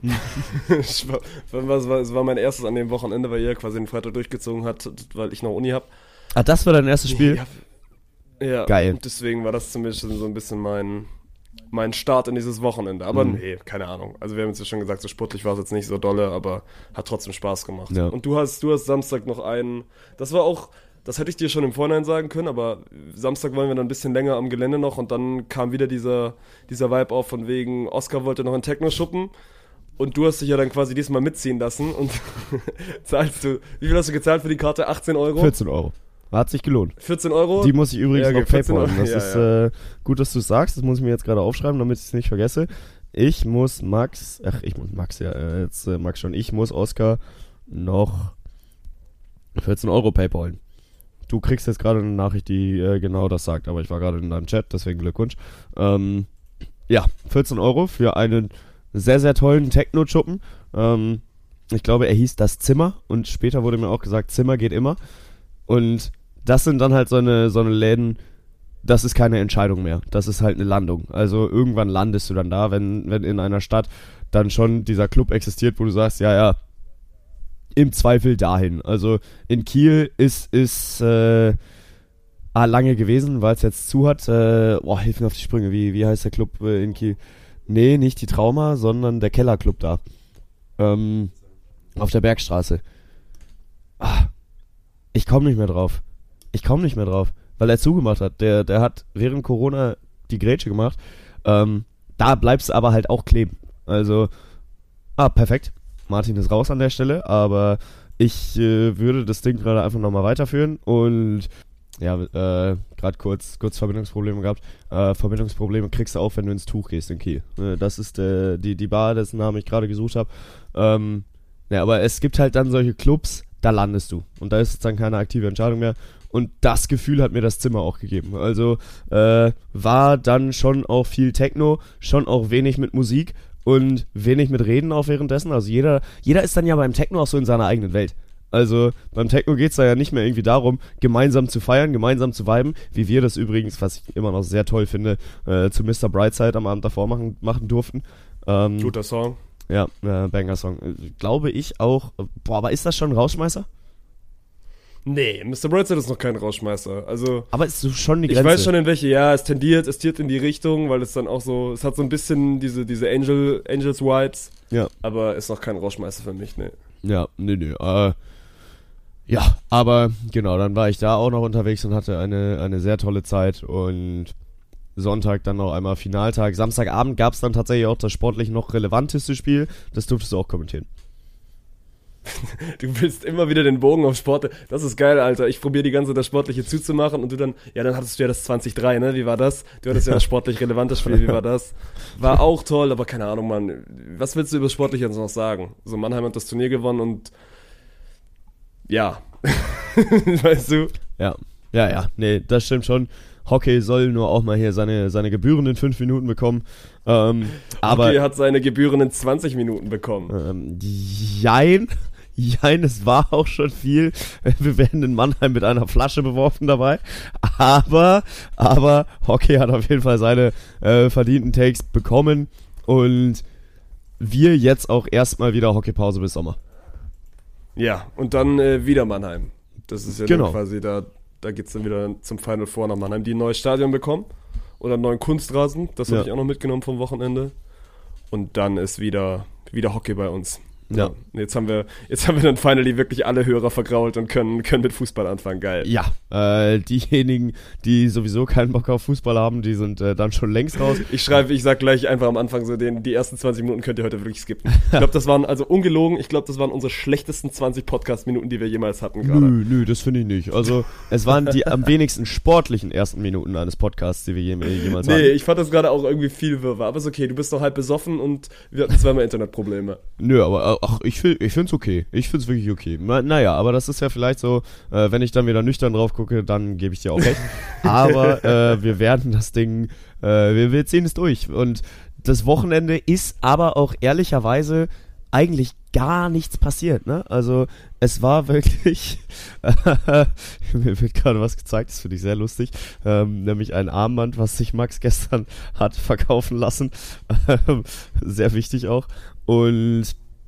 Es war, es war mein erstes an dem Wochenende, weil ihr quasi den Freitag durchgezogen hat, weil ich noch Uni habe. Ah, das war dein erstes Spiel? Ja, ja, Geil. Und deswegen war das zumindest so ein bisschen mein, mein Start in dieses Wochenende. Aber Mhm. nee, keine Ahnung. Also wir haben jetzt ja schon gesagt, so sportlich war es jetzt nicht so dolle, aber hat trotzdem Spaß gemacht. Ja. Und du hast, du hast Samstag noch einen, das war auch, das hätte ich dir schon im Vorhinein sagen können, aber Samstag waren wir dann ein bisschen länger am Gelände noch und dann kam wieder dieser, dieser Vibe auf von wegen, Oscar wollte noch in Techno schuppen. Und du hast dich ja dann quasi diesmal mitziehen lassen und zahlst du, wie viel hast du gezahlt für die Karte? achtzehn Euro? vierzehn Euro. Hat sich gelohnt. vierzehn Euro? Die muss ich übrigens Ja, noch okay, vierzehn paypalen. Euro. Das Ja, ist ja. Äh, gut, dass du es sagst. Das muss ich mir jetzt gerade aufschreiben, damit ich es nicht vergesse. Ich muss Max, ach, ich muss Max, ja, äh, jetzt äh, Max schon. Ich muss Oscar noch vierzehn Euro paypalen. Du kriegst jetzt gerade eine Nachricht, die äh, genau das sagt, aber ich war gerade in deinem Chat, deswegen Glückwunsch. Ähm, ja, vierzehn Euro für einen sehr, sehr tollen Techno-Schuppen. Ähm, ich glaube, er hieß Das Zimmer und später wurde mir auch gesagt, Zimmer geht immer. Und das sind dann halt so eine, so eine Läden, das ist keine Entscheidung mehr. Das ist halt eine Landung. Also irgendwann landest du dann da, wenn, wenn in einer Stadt dann schon dieser Club existiert, wo du sagst, ja, ja, im Zweifel dahin. Also in Kiel ist, ist äh, ah, lange gewesen, weil es jetzt zu hat. Äh, boah, hilf mir auf die Sprünge. Wie, wie heißt der Club äh, in Kiel? Nee, nicht die Trauma, sondern der Kellerclub da. Ähm, auf der Bergstraße. Ah, ich komme nicht mehr drauf. Ich komme nicht mehr drauf, weil er zugemacht hat. Der, der hat während Corona die Grätsche gemacht. Ähm, da bleibst du aber halt auch kleben. Also, ah, perfekt. Martin ist raus an der Stelle, aber ich äh, würde das Ding gerade einfach nochmal weiterführen und ja, äh, gerade kurz, kurz Verbindungsprobleme gehabt. Äh, Verbindungsprobleme kriegst du auch, wenn du ins Tuch gehst in Kiel. Äh, das ist äh, die, die Bar, dessen Namen ich gerade gesucht habe. Ähm, ja, aber es gibt halt dann solche Clubs, da landest du. Und da ist es dann keine aktive Entscheidung mehr. Und das Gefühl hat mir das Zimmer auch gegeben. Also äh, war dann schon auch viel Techno, schon auch wenig mit Musik. und wenig mit Reden auch währenddessen. Also jeder, jeder ist dann ja beim Techno auch so in seiner eigenen Welt. Also beim Techno geht's da ja nicht mehr irgendwie darum, gemeinsam zu feiern, gemeinsam zu viben, wie wir das übrigens, was ich immer noch sehr toll finde, äh, zu Mister Brightside am Abend davor machen, machen durften. Ähm, Guter Song. Ja, äh, Banger-Song. Äh, glaube ich auch. Boah, aber ist das schon ein Rausschmeißer? Nee, Mister Brightside ist noch kein Rausschmeißer. Also, Aber ist so schon die ich Grenze. weiß schon in welche, ja, es tendiert, es tendiert in die Richtung, weil es dann auch so, es hat so ein bisschen diese, diese Angel, Angels-Vibes, Ja, aber ist noch kein Rausschmeißer für mich, nee. ja, nee, nee. Äh, ja, aber genau, dann war ich da auch noch unterwegs und hatte eine, eine sehr tolle Zeit und Sonntag dann noch einmal Finaltag. Samstagabend gab es dann tatsächlich auch das sportlich noch relevanteste Spiel. Das durftest du auch kommentieren. Du willst immer wieder den Bogen auf Sport. Das ist geil, Alter. Ich probiere die ganze Zeit das Sportliche zuzumachen und du dann, ja, dann hattest du ja das zwanzig drei, ne? Wie war das? Du hattest ja das sportlich relevante Spiel, wie war das? War auch toll, aber keine Ahnung, Mann. Was willst du über Sportlich jetzt noch sagen? So, Mannheim hat das Turnier gewonnen und ja. Weißt du? Ja, ja, ja, nee, das stimmt schon. Hockey soll nur auch mal hier seine, seine gebührenden fünf Minuten bekommen. Ähm, aber Hockey hat seine gebührenden zwanzig Minuten bekommen. ähm, jein, jein, es war auch schon viel. Wir werden in Mannheim mit einer Flasche beworfen dabei. Aber, aber Hockey hat auf jeden Fall seine äh, verdienten Takes bekommen. Und wir jetzt auch erstmal wieder Hockeypause bis Sommer. Ja, und dann äh, wieder Mannheim. Das ist ja Genau. dann quasi, da, da geht's dann wieder zum Final Four nach Mannheim, die ein neues Stadion bekommen. Oder einen neuen Kunstrasen. Das habe Ja. ich auch noch mitgenommen vom Wochenende. Und dann ist wieder, wieder Hockey bei uns. Ja. Jetzt haben wir, jetzt haben wir dann finally wirklich alle Hörer vergrault und können, können mit Fußball anfangen. Geil. Ja, äh, diejenigen, die sowieso keinen Bock auf Fußball haben, die sind äh, dann schon längst raus. Ich schreibe, ich sag gleich einfach am Anfang so, den, die ersten zwanzig Minuten könnt ihr heute wirklich skippen. Ich glaube, das waren, also ungelogen, ich glaube, das waren unsere schlechtesten zwanzig Podcast-Minuten, die wir jemals hatten gerade. Nö, nö, das finde ich nicht. Also, es waren die am wenigsten sportlichen ersten Minuten eines Podcasts, die wir je, jemals hatten. Nee, ich fand das gerade auch irgendwie viel Wirrwarr. Aber ist okay, du bist doch halb besoffen und wir hatten zweimal Internetprobleme. Nö, aber äh, ach, ich, find, ich find's okay. Ich find's wirklich okay. Na, naja, aber das ist ja vielleicht so, äh, wenn ich dann wieder nüchtern drauf gucke, dann gebe ich dir auch recht. Aber äh, wir werden das Ding, äh, wir, wir ziehen es durch. Und das Wochenende ist aber auch ehrlicherweise eigentlich gar nichts passiert, ne? Also es war wirklich, mir wird gerade was gezeigt, das finde ich sehr lustig, ähm, nämlich ein Armband, was sich Max gestern hat verkaufen lassen, sehr wichtig auch. Und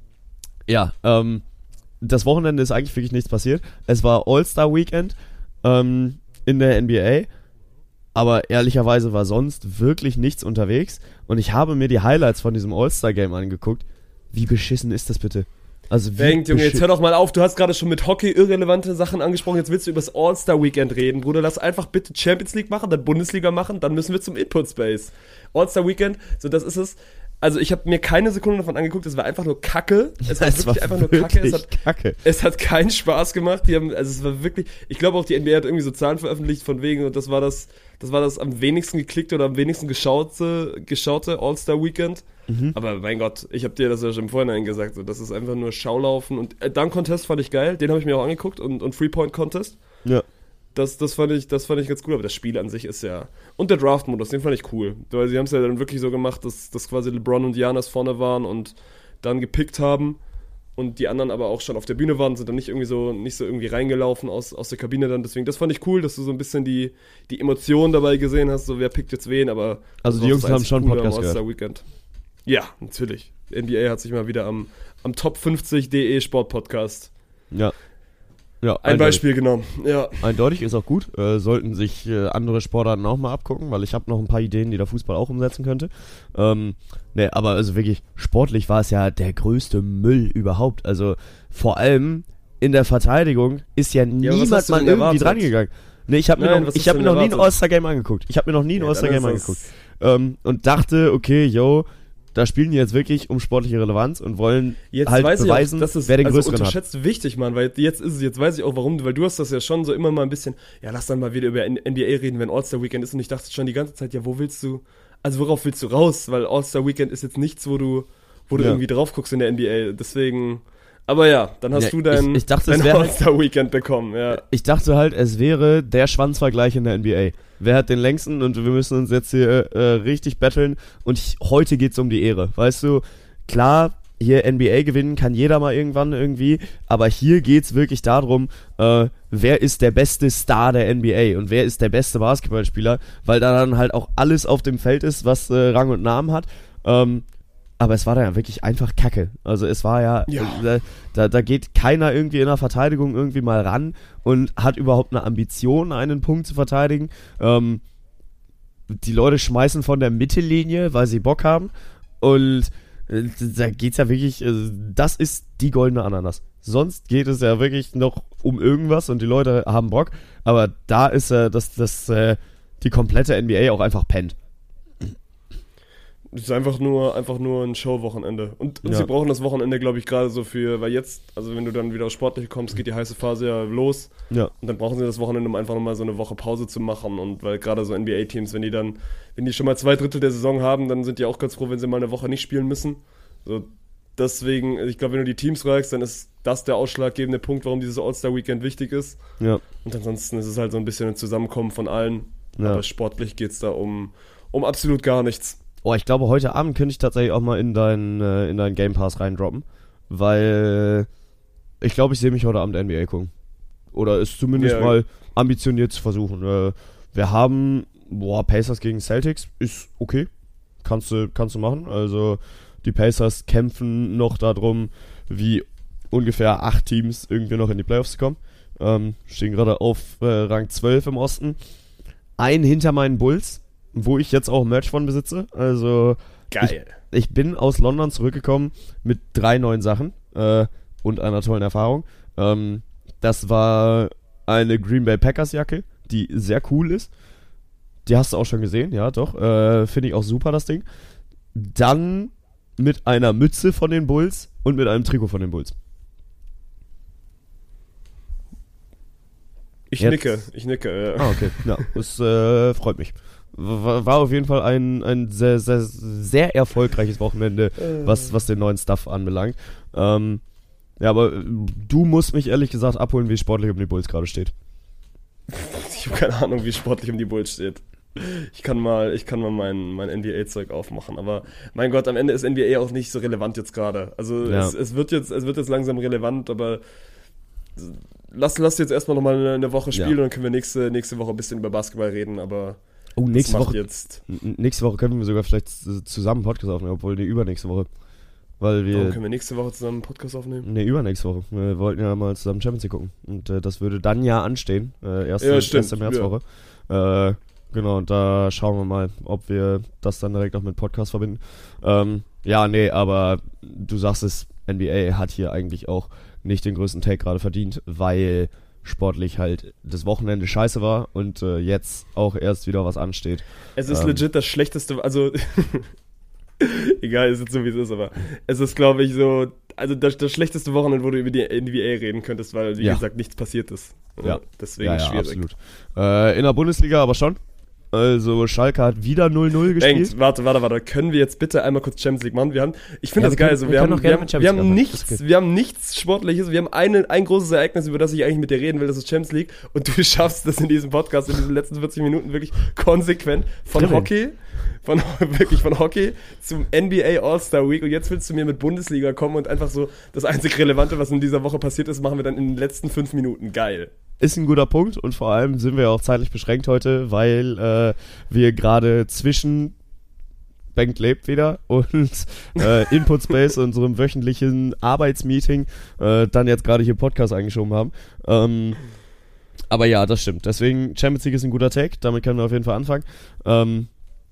ja, ähm, das Wochenende ist eigentlich wirklich nichts passiert. Es war All-Star-Weekend ähm, in der N B A, aber ehrlicherweise war sonst wirklich nichts unterwegs und ich habe mir die Highlights von diesem All-Star-Game angeguckt. Wie beschissen ist das bitte? Also wie Denkt, Junge, jetzt beschi- hör doch mal auf. Du hast gerade schon mit Hockey irrelevante Sachen angesprochen. Jetzt willst du über das All-Star-Weekend reden, Bruder. Lass einfach bitte Champions League machen, dann Bundesliga machen, dann müssen wir zum Input-Space. All-Star-Weekend, so das ist es. Also ich habe mir keine Sekunde davon angeguckt. Es war einfach nur Kacke. Es war Es wirklich war einfach nur Kacke. Es wirklich hat, Kacke. es hat keinen Spaß gemacht. Die haben, also es war wirklich, ich glaube auch die N B A hat irgendwie so Zahlen veröffentlicht von wegen, und das war das, das war das am wenigsten geklickte oder am wenigsten geschaute, geschaute All-Star-Weekend. Mhm. Aber mein Gott, ich habe dir das ja schon im Vorhinein gesagt, so, das ist einfach nur Schaulaufen. Und äh, Dunk Contest fand ich geil, den habe ich mir auch angeguckt, und, und Three Point Contest. Ja. Das, das, fand ich, das fand ich ganz cool, aber das Spiel an sich ist ja... Und der Draft-Modus, den fand ich cool. Weil sie haben es ja dann wirklich so gemacht, dass, dass quasi LeBron und Giannis vorne waren und dann gepickt haben und die anderen aber auch schon auf der Bühne waren, sind dann nicht irgendwie so, nicht so irgendwie reingelaufen aus, aus der Kabine dann. Deswegen, das fand ich cool, dass du so ein bisschen die, die Emotionen dabei gesehen hast, so wer pickt jetzt wen, aber... Also das die war Jungs das haben einzig schon Coole am Podcast gehört. All-Star-Weekend. Ja, natürlich. N B A hat sich mal wieder am, am Top fünfzig D E Sport-Podcast Ja. Ja, ein eindeutig. Beispiel genommen. Ja. Eindeutig ist auch gut. Äh, sollten sich äh, andere Sportarten auch mal abgucken, weil ich habe noch ein paar Ideen, die der Fußball auch umsetzen könnte. Ähm, ne, aber also wirklich sportlich war es ja der größte Müll überhaupt. Also vor allem in der Verteidigung ist ja aber was niemand hast du mal denn irgendwie erwartet? dran gegangen. Ne, ich habe mir, Nein, noch, was ich hast hab du mir denn noch nie ein erwartet? All-Star-Game angeguckt. Ich habe mir noch nie ein Ja, All-Star-Game dann ist angeguckt. Ähm, und dachte, okay, yo, da spielen die jetzt wirklich um sportliche Relevanz und wollen Jetzt halt weiß beweisen, ich auch, das ist wer den also größeren hat. unterschätzt wichtig, Mann, weil jetzt ist es, jetzt weiß ich auch warum, weil du hast das ja schon so immer mal ein bisschen, ja, lass dann mal wieder über N B A reden, wenn All-Star-Weekend ist, und ich dachte schon die ganze Zeit, ja, wo willst du, also worauf willst du raus, weil All-Star-Weekend ist jetzt nichts, wo du, wo du Ja. irgendwie drauf guckst in der N B A, deswegen, Aber ja, dann hast Ja, du dein, ich- ich dachte, es dein wär halt- All-Star-Weekend bekommen, ja. Ich dachte halt, es wäre der Schwanzvergleich in der N B A. Wer hat den längsten und wir müssen uns jetzt hier äh, richtig battlen und ich, heute geht's um die Ehre. Weißt du, klar, hier N B A gewinnen kann jeder mal irgendwann irgendwie, aber hier geht's wirklich darum, äh, wer ist der beste Star der N B A und wer ist der beste Basketballspieler, weil da dann halt auch alles auf dem Feld ist, was äh, Rang und Namen hat. Ähm, aber es war da ja wirklich einfach Kacke. Also es war ja, Ja. äh, da, da geht keiner irgendwie in der Verteidigung irgendwie mal ran und hat überhaupt eine Ambition, einen Punkt zu verteidigen. Ähm, die Leute schmeißen von der Mittellinie, weil sie Bock haben. Und äh, da geht's ja wirklich, äh, das ist die goldene Ananas. Sonst geht es ja wirklich noch um irgendwas und die Leute haben Bock. Aber da ist ja, äh, dass das, äh, die komplette N B A auch einfach pennt. Es ist einfach nur, einfach nur ein Show-Wochenende. Und, und Ja. sie brauchen das Wochenende, glaube ich, gerade so für, weil jetzt, also wenn du dann wieder aufs Sportliche kommst, geht die heiße Phase ja los. Ja. Und dann brauchen sie das Wochenende, um einfach nochmal so eine Woche Pause zu machen. Und weil gerade so N B A-Teams, wenn die dann, wenn die schon mal zwei Drittel der Saison haben, dann sind die auch ganz froh, wenn sie mal eine Woche nicht spielen müssen. So, deswegen, ich glaube, wenn du die Teams reichst, dann ist das der ausschlaggebende Punkt, warum dieses All-Star-Weekend wichtig ist. Ja. Und ansonsten ist es halt so ein bisschen ein Zusammenkommen von allen. Ja. Aber sportlich geht es da um, um absolut gar nichts. Oh, ich glaube, heute Abend könnte ich tatsächlich auch mal in deinen äh, in deinen Game Pass reindroppen, weil ich glaube, ich sehe mich heute Abend N B A gucken. Oder es zumindest Ja. mal ambitioniert zu versuchen. Äh, wir haben, boah, Pacers gegen Celtics, ist okay. Kannst du, kannst du machen. Also die Pacers kämpfen noch darum, wie ungefähr acht Teams irgendwie noch in die Playoffs zu kommen. Ähm, stehen gerade auf äh, Rang zwölf im Osten. Ein hinter meinen Bulls, wo ich jetzt auch Merch von besitze. Also Geil. ich bin aus London zurückgekommen mit drei neuen Sachen äh, und einer tollen Erfahrung. Ähm, das war eine Green Bay Packers Jacke, die sehr cool ist. Die hast du auch schon gesehen, ja doch. Äh, Finde ich auch super, das Ding. Dann mit einer Mütze von den Bulls und mit einem Trikot von den Bulls. Ich Jetzt- nicke, ich nicke. Ja. Ah, okay. Ja, das äh, freut mich. War, war auf jeden Fall ein, ein sehr, sehr, sehr erfolgreiches Wochenende, was, was den neuen Stuff anbelangt. Ähm, ja, aber äh, du musst mich ehrlich gesagt abholen, wie es sportlich um die Bulls gerade steht. Ich habe keine Ahnung, wie sportlich um die Bulls steht. Ich kann mal, ich kann mal mein, mein N B A-Zeug aufmachen, aber mein Gott, am Ende ist N B A auch nicht so relevant jetzt gerade. Also Ja. es, es wird jetzt, es wird jetzt langsam relevant, aber lass, lass jetzt erstmal nochmal eine, eine Woche spielen Ja. und dann können wir nächste, nächste Woche ein bisschen über Basketball reden, aber Oh, nächste das macht Woche, jetzt. n- nächste Woche können wir sogar vielleicht z- zusammen einen Podcast aufnehmen, obwohl die übernächste Woche. Weil Warum wir, können wir nächste Woche zusammen einen Podcast aufnehmen? ne, übernächste Woche. Wir wollten ja mal zusammen Champions League gucken. Und äh, das würde dann ja anstehen. Äh, erste, Ja, stimmt, erste Märzwoche. Äh, genau, und da schauen wir mal, ob wir das dann direkt noch mit Podcast verbinden. Ähm, ja, nee, aber du sagst es, N B A hat hier eigentlich auch nicht den größten Take gerade verdient, weil sportlich halt das Wochenende scheiße war und äh, jetzt auch erst wieder was ansteht. Es ist Ähm. legit das schlechteste, also egal, ist jetzt so wie es ist, aber es ist, glaube ich, so, also das, das schlechteste Wochenende, wo du über die N B A reden könntest, weil, wie Ja. gesagt, nichts passiert ist. Ja. Deswegen Ja, ja, schwierig. absolut. Äh, in der Bundesliga aber schon. Also Schalke hat wieder null null gespielt. Denkt, warte, warte, warte, können wir jetzt bitte einmal kurz Champions League machen? Wir haben, ich finde Ja, das wir geil, können- so, wir wir, können haben, auch wir, gerne haben, mit wir Champions haben League anfangen. nichts, Ist okay. wir haben nichts Sportliches, wir haben eine, ein großes Ereignis, über das ich eigentlich mit dir reden will, das ist Champions League und du schaffst das in diesem Podcast, in diesen letzten vierzig Minuten wirklich konsequent von Dribbeln. Hockey, von, wirklich von Hockey zum N B A All-Star Week und jetzt willst du mir mit Bundesliga kommen und einfach so das einzig Relevante, was in dieser Woche passiert ist, machen wir dann in den letzten fünf Minuten. Geil. Ist ein guter Punkt und vor allem sind wir auch zeitlich beschränkt heute, weil äh, wir gerade zwischen Bengt lebt wieder und äh, Input Space, unserem wöchentlichen Arbeitsmeeting, äh, dann jetzt gerade hier Podcast eingeschoben haben. Ähm, aber ja, das stimmt. Deswegen Champions League ist ein guter Take, damit können wir auf jeden Fall anfangen. Ähm,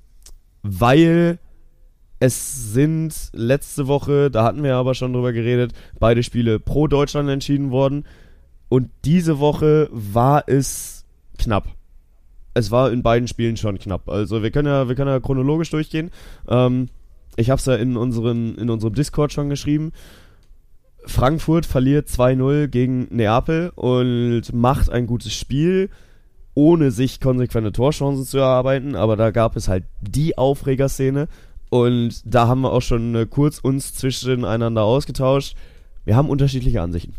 weil es sind letzte Woche, da hatten wir aber schon drüber geredet, beide Spiele pro Deutschland entschieden worden. Und diese Woche war es knapp. Es war in beiden Spielen schon knapp. Also wir können ja, wir können ja chronologisch durchgehen. Ähm, ich habe es ja in, unseren, in unserem Discord schon geschrieben. Frankfurt verliert zwei null gegen Neapel und macht ein gutes Spiel, ohne sich konsequente Torchancen zu erarbeiten. Aber da gab es halt die Aufregerszene. Und da haben wir auch schon äh, kurz uns zwischeneinander ausgetauscht. Wir haben unterschiedliche Ansichten.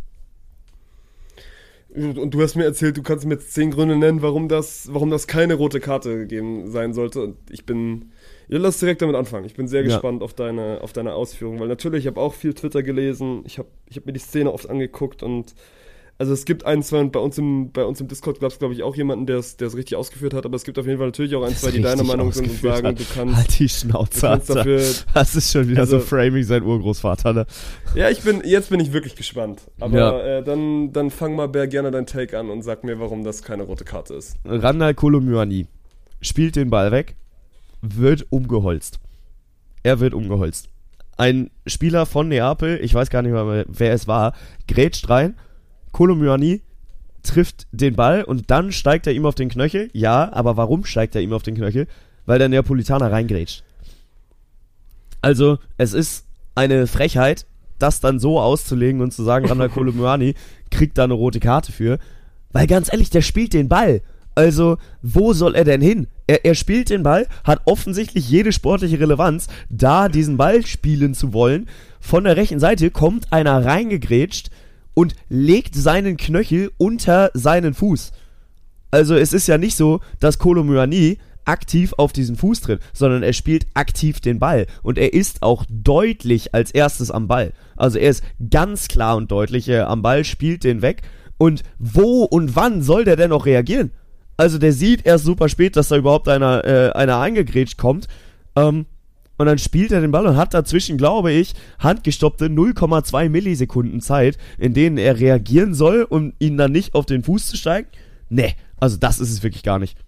Und du hast mir erzählt, du kannst mir jetzt zehn Gründe nennen, warum das, warum das keine rote Karte gegeben sein sollte. Und ich bin, ja, lass direkt damit anfangen. Ich bin sehr Ja. gespannt auf deine, auf deine Ausführungen, weil natürlich, ich habe auch viel Twitter gelesen, ich habe ich hab mir die Szene oft angeguckt und also es gibt ein, zwei, und bei uns im, bei uns im Discord gab es, glaube ich, auch jemanden, der es richtig ausgeführt hat, aber es gibt auf jeden Fall natürlich auch ein, zwei, die deiner Richtig Meinung sind und ausgeführt sagen, hat. du kannst, Halt die du Schnauze, kannst Alter. dafür, Das ist schon wieder Also- so Framing sein Urgroßvater, ne? ja, ich bin, jetzt bin ich wirklich gespannt, aber Ja. äh, dann, dann fang mal Bär gerne dein Take an und sag mir, warum das keine rote Karte ist. Randal Kolomouani spielt den Ball weg, wird umgeholzt. Er wird umgeholzt. Ein Spieler von Neapel, ich weiß gar nicht mehr, wer es war, grätscht rein, Kolomouani trifft den Ball und dann steigt er ihm auf den Knöchel. Ja, aber warum steigt er ihm auf den Knöchel? Weil der Neapolitaner reingrätscht. Also, es ist eine Frechheit, das dann so auszulegen und zu sagen, Randal Kolomouani kriegt da eine rote Karte für. Weil ganz ehrlich, der spielt den Ball. Also, wo soll er denn hin? Er, er spielt den Ball, hat offensichtlich jede sportliche Relevanz, da diesen Ball spielen zu wollen. Von der rechten Seite kommt einer reingegrätscht und legt seinen Knöchel unter seinen Fuß. Also es ist ja nicht so, dass Kolomouani aktiv auf diesen Fuß tritt, sondern er spielt aktiv den Ball. Und er ist auch deutlich als erstes am Ball. Also er ist ganz klar und deutlich äh, am Ball, spielt den weg. Und wo und wann soll der denn noch reagieren? Also der sieht erst super spät, dass da überhaupt einer, äh, einer eingegrätscht kommt. Ähm, und dann spielt er den Ball und hat dazwischen, glaube ich, handgestoppte null Komma zwei Millisekunden Zeit, in denen er reagieren soll, um ihn dann nicht auf den Fuß zu steigen. Nee, also das ist es wirklich gar nicht.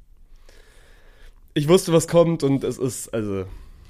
Ich wusste, was kommt und es ist, also,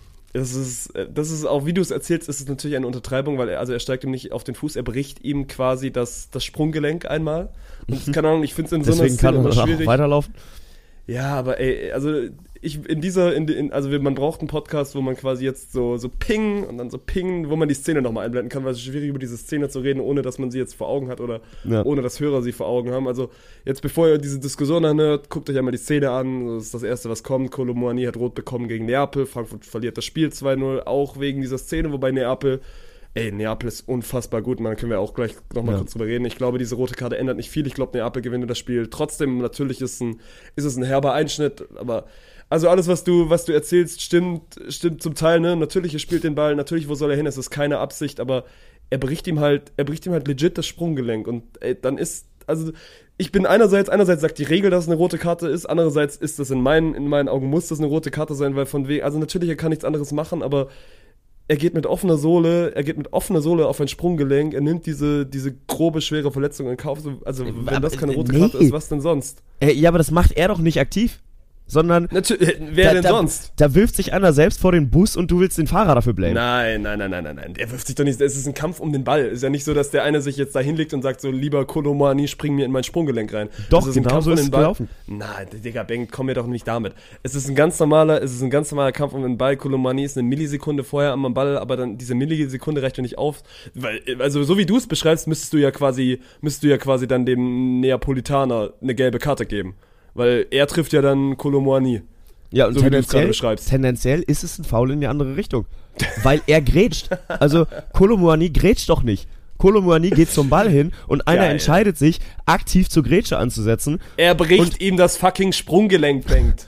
es ist, das ist auch, wie du es erzählst, ist es natürlich eine Untertreibung, weil er, also er steigt ihm nicht auf den Fuß, er bricht ihm quasi das, das Sprunggelenk einmal. Und das, keine Ahnung, ich finde es in so einer Deswegen kann Szene er immer danach auch schwierig. weiterlaufen. Ja, aber ey, also ich in dieser, in, in, also man braucht einen Podcast, wo man quasi jetzt so, so ping und dann so ping, wo man die Szene nochmal einblenden kann, weil es ist schwierig, über diese Szene zu reden, ohne dass man sie jetzt vor Augen hat oder Ja. ohne dass Hörer sie vor Augen haben. Also jetzt, bevor ihr diese Diskussion anhört, guckt euch einmal die Szene an. Das ist das Erste, was kommt. Kolomouani hat rot bekommen gegen Neapel. Frankfurt verliert das Spiel zwei null, auch wegen dieser Szene, wobei Neapel, ey, Neapel ist unfassbar gut. Man können wir auch gleich nochmal Ja. kurz drüber reden. Ich glaube, diese rote Karte ändert nicht viel. Ich glaube, Neapel gewinnt das Spiel. Trotzdem, natürlich ist, ein, ist es ein herber Einschnitt, aber also alles, was du, was du erzählst, stimmt, stimmt zum Teil, ne? Natürlich, er spielt den Ball, natürlich, wo soll er hin? Es ist keine Absicht, aber er bricht ihm halt, er bricht ihm halt legit das Sprunggelenk und ey, dann ist, also ich bin einerseits, einerseits sagt die Regel, dass es eine rote Karte ist, andererseits ist das in meinen, in meinen Augen muss das eine rote Karte sein, weil von wegen, also natürlich, er kann nichts anderes machen, aber er geht mit offener Sohle, er geht mit offener Sohle auf ein Sprunggelenk, er nimmt diese, diese grobe, schwere Verletzung in Kauf, also wenn das keine rote nee. Karte ist, was denn sonst? Äh, ja, aber das macht er doch nicht aktiv. Sondern Natürlich, wer da, denn da, sonst? Da wirft sich einer selbst vor den Bus und du willst den Fahrer dafür blamen. Nein, nein, nein, nein, nein, nein. Der wirft sich doch nicht. Es ist ein Kampf um den Ball. Es ist ja nicht so, dass der eine sich jetzt da hinlegt und sagt so, lieber Kolomouani, spring mir in mein Sprunggelenk rein. Doch, Es ist ein genau Kampf so um ist den es Ball. gelaufen. Nein, Digga, Bengt, komm mir doch nicht damit. Es ist ein ganz normaler, es ist ein ganz normaler Kampf um den Ball. Kolomouani ist eine Millisekunde vorher am Ball, aber dann diese Millisekunde reicht ja nicht auf. Weil, also so wie du es beschreibst, müsstest du ja quasi, müsstest du ja quasi dann dem Neapolitaner eine gelbe Karte geben. Weil er trifft ja dann Kolomouani. Ja, und So wie du es gerade tendenziell, beschreibst. tendenziell ist es ein Foul in die andere Richtung. Weil er grätscht. Also, Kolomouani grätscht doch nicht. Kolomouani geht zum Ball hin und einer Geil. entscheidet sich, aktiv zur Grätsche anzusetzen. Er bricht Und- ihm das fucking Sprunggelenk, Bengt.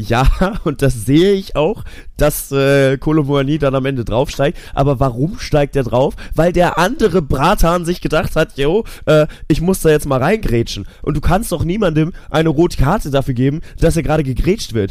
Ja, und das sehe ich auch, dass äh, Kolomouani dann am Ende draufsteigt. Aber warum steigt er drauf? Weil der andere Bratan sich gedacht hat, jo, äh, ich muss da jetzt mal reingrätschen. Und du kannst doch niemandem eine rote Karte dafür geben, dass er gerade gegrätscht wird.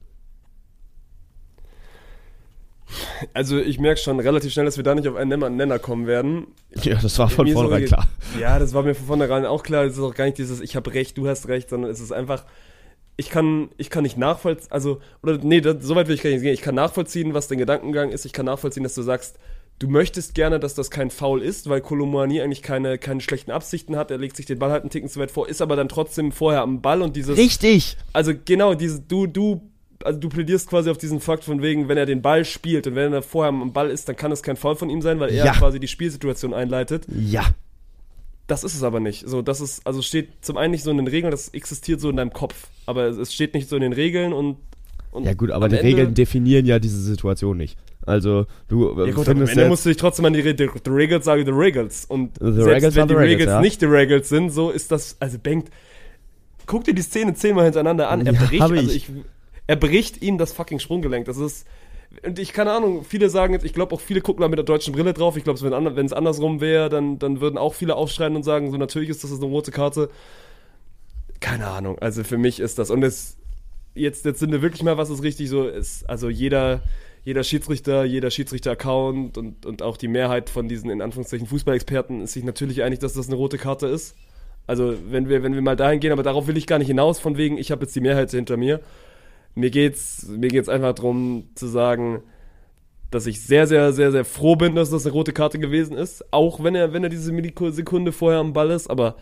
Also ich merke schon relativ schnell, dass wir da nicht auf einen Nenner- Nenner kommen werden. Ja, das war von Mir ist vornherein auch- klar. Ja, das war mir von vornherein auch klar. Es ist auch gar nicht dieses, ich habe recht, du hast recht, sondern es ist einfach, ich kann, ich kann nicht nachvollziehen, also, oder nee, das, so weit will ich gar nicht gehen. Ich kann nachvollziehen, was dein Gedankengang ist. Ich kann nachvollziehen, dass du sagst, du möchtest gerne, dass das kein Foul ist, weil Kolomouani eigentlich keine, keine schlechten Absichten hat. Er legt sich den Ball halt einen Ticken zu weit vor, ist aber dann trotzdem vorher am Ball und dieses... Richtig! Also genau, diese, du, du, also du plädierst quasi auf diesen Fakt von wegen, wenn er den Ball spielt und wenn er vorher am Ball ist, dann kann es kein Foul von ihm sein, weil er Ja. quasi die Spielsituation einleitet. Ja. Das ist es aber nicht. So, das ist, also steht zum einen nicht so in den Regeln, das existiert so in deinem Kopf. Aber es- es steht nicht so in den Regeln und Und Ja gut, aber am die Ende- Regeln definieren ja diese Situation nicht. Also du äh, Ja gut, aber am findest Ende jetzt, musst du dich trotzdem an die, Re- die, die Regels sagen, die Regels. Und The selbst Regels wenn are die the Regels Regels, ja. nicht die Regels sind, so ist das, also Bengt, guck dir die Szene zehnmal hintereinander an. Er Ja, bricht, hab also ich. ich, er bricht ihm das fucking Sprunggelenk. Das ist, und ich, keine Ahnung, viele sagen jetzt, ich glaube auch viele gucken da mit der deutschen Brille drauf. Ich glaube, wenn es andersrum wäre, dann, dann würden auch viele aufschreien und sagen, so natürlich ist das eine rote Karte. Keine Ahnung, also für mich ist das, und es, jetzt, jetzt sind wir wirklich mal, was ist richtig so ist, also jeder, jeder Schiedsrichter, jeder Schiedsrichter-Account und, und auch die Mehrheit von diesen, in Anführungszeichen, Fußballexperten ist sich natürlich einig, dass das eine rote Karte ist. Also wenn wir, wenn wir mal dahin gehen, aber darauf will ich gar nicht hinaus, von wegen, ich habe jetzt die Mehrheit hinter mir. Mir geht's, mir geht's einfach darum zu sagen, dass ich sehr, sehr, sehr, sehr froh bin, dass das eine rote Karte gewesen ist, auch wenn er, wenn er diese Millisekunde vorher am Ball ist, aber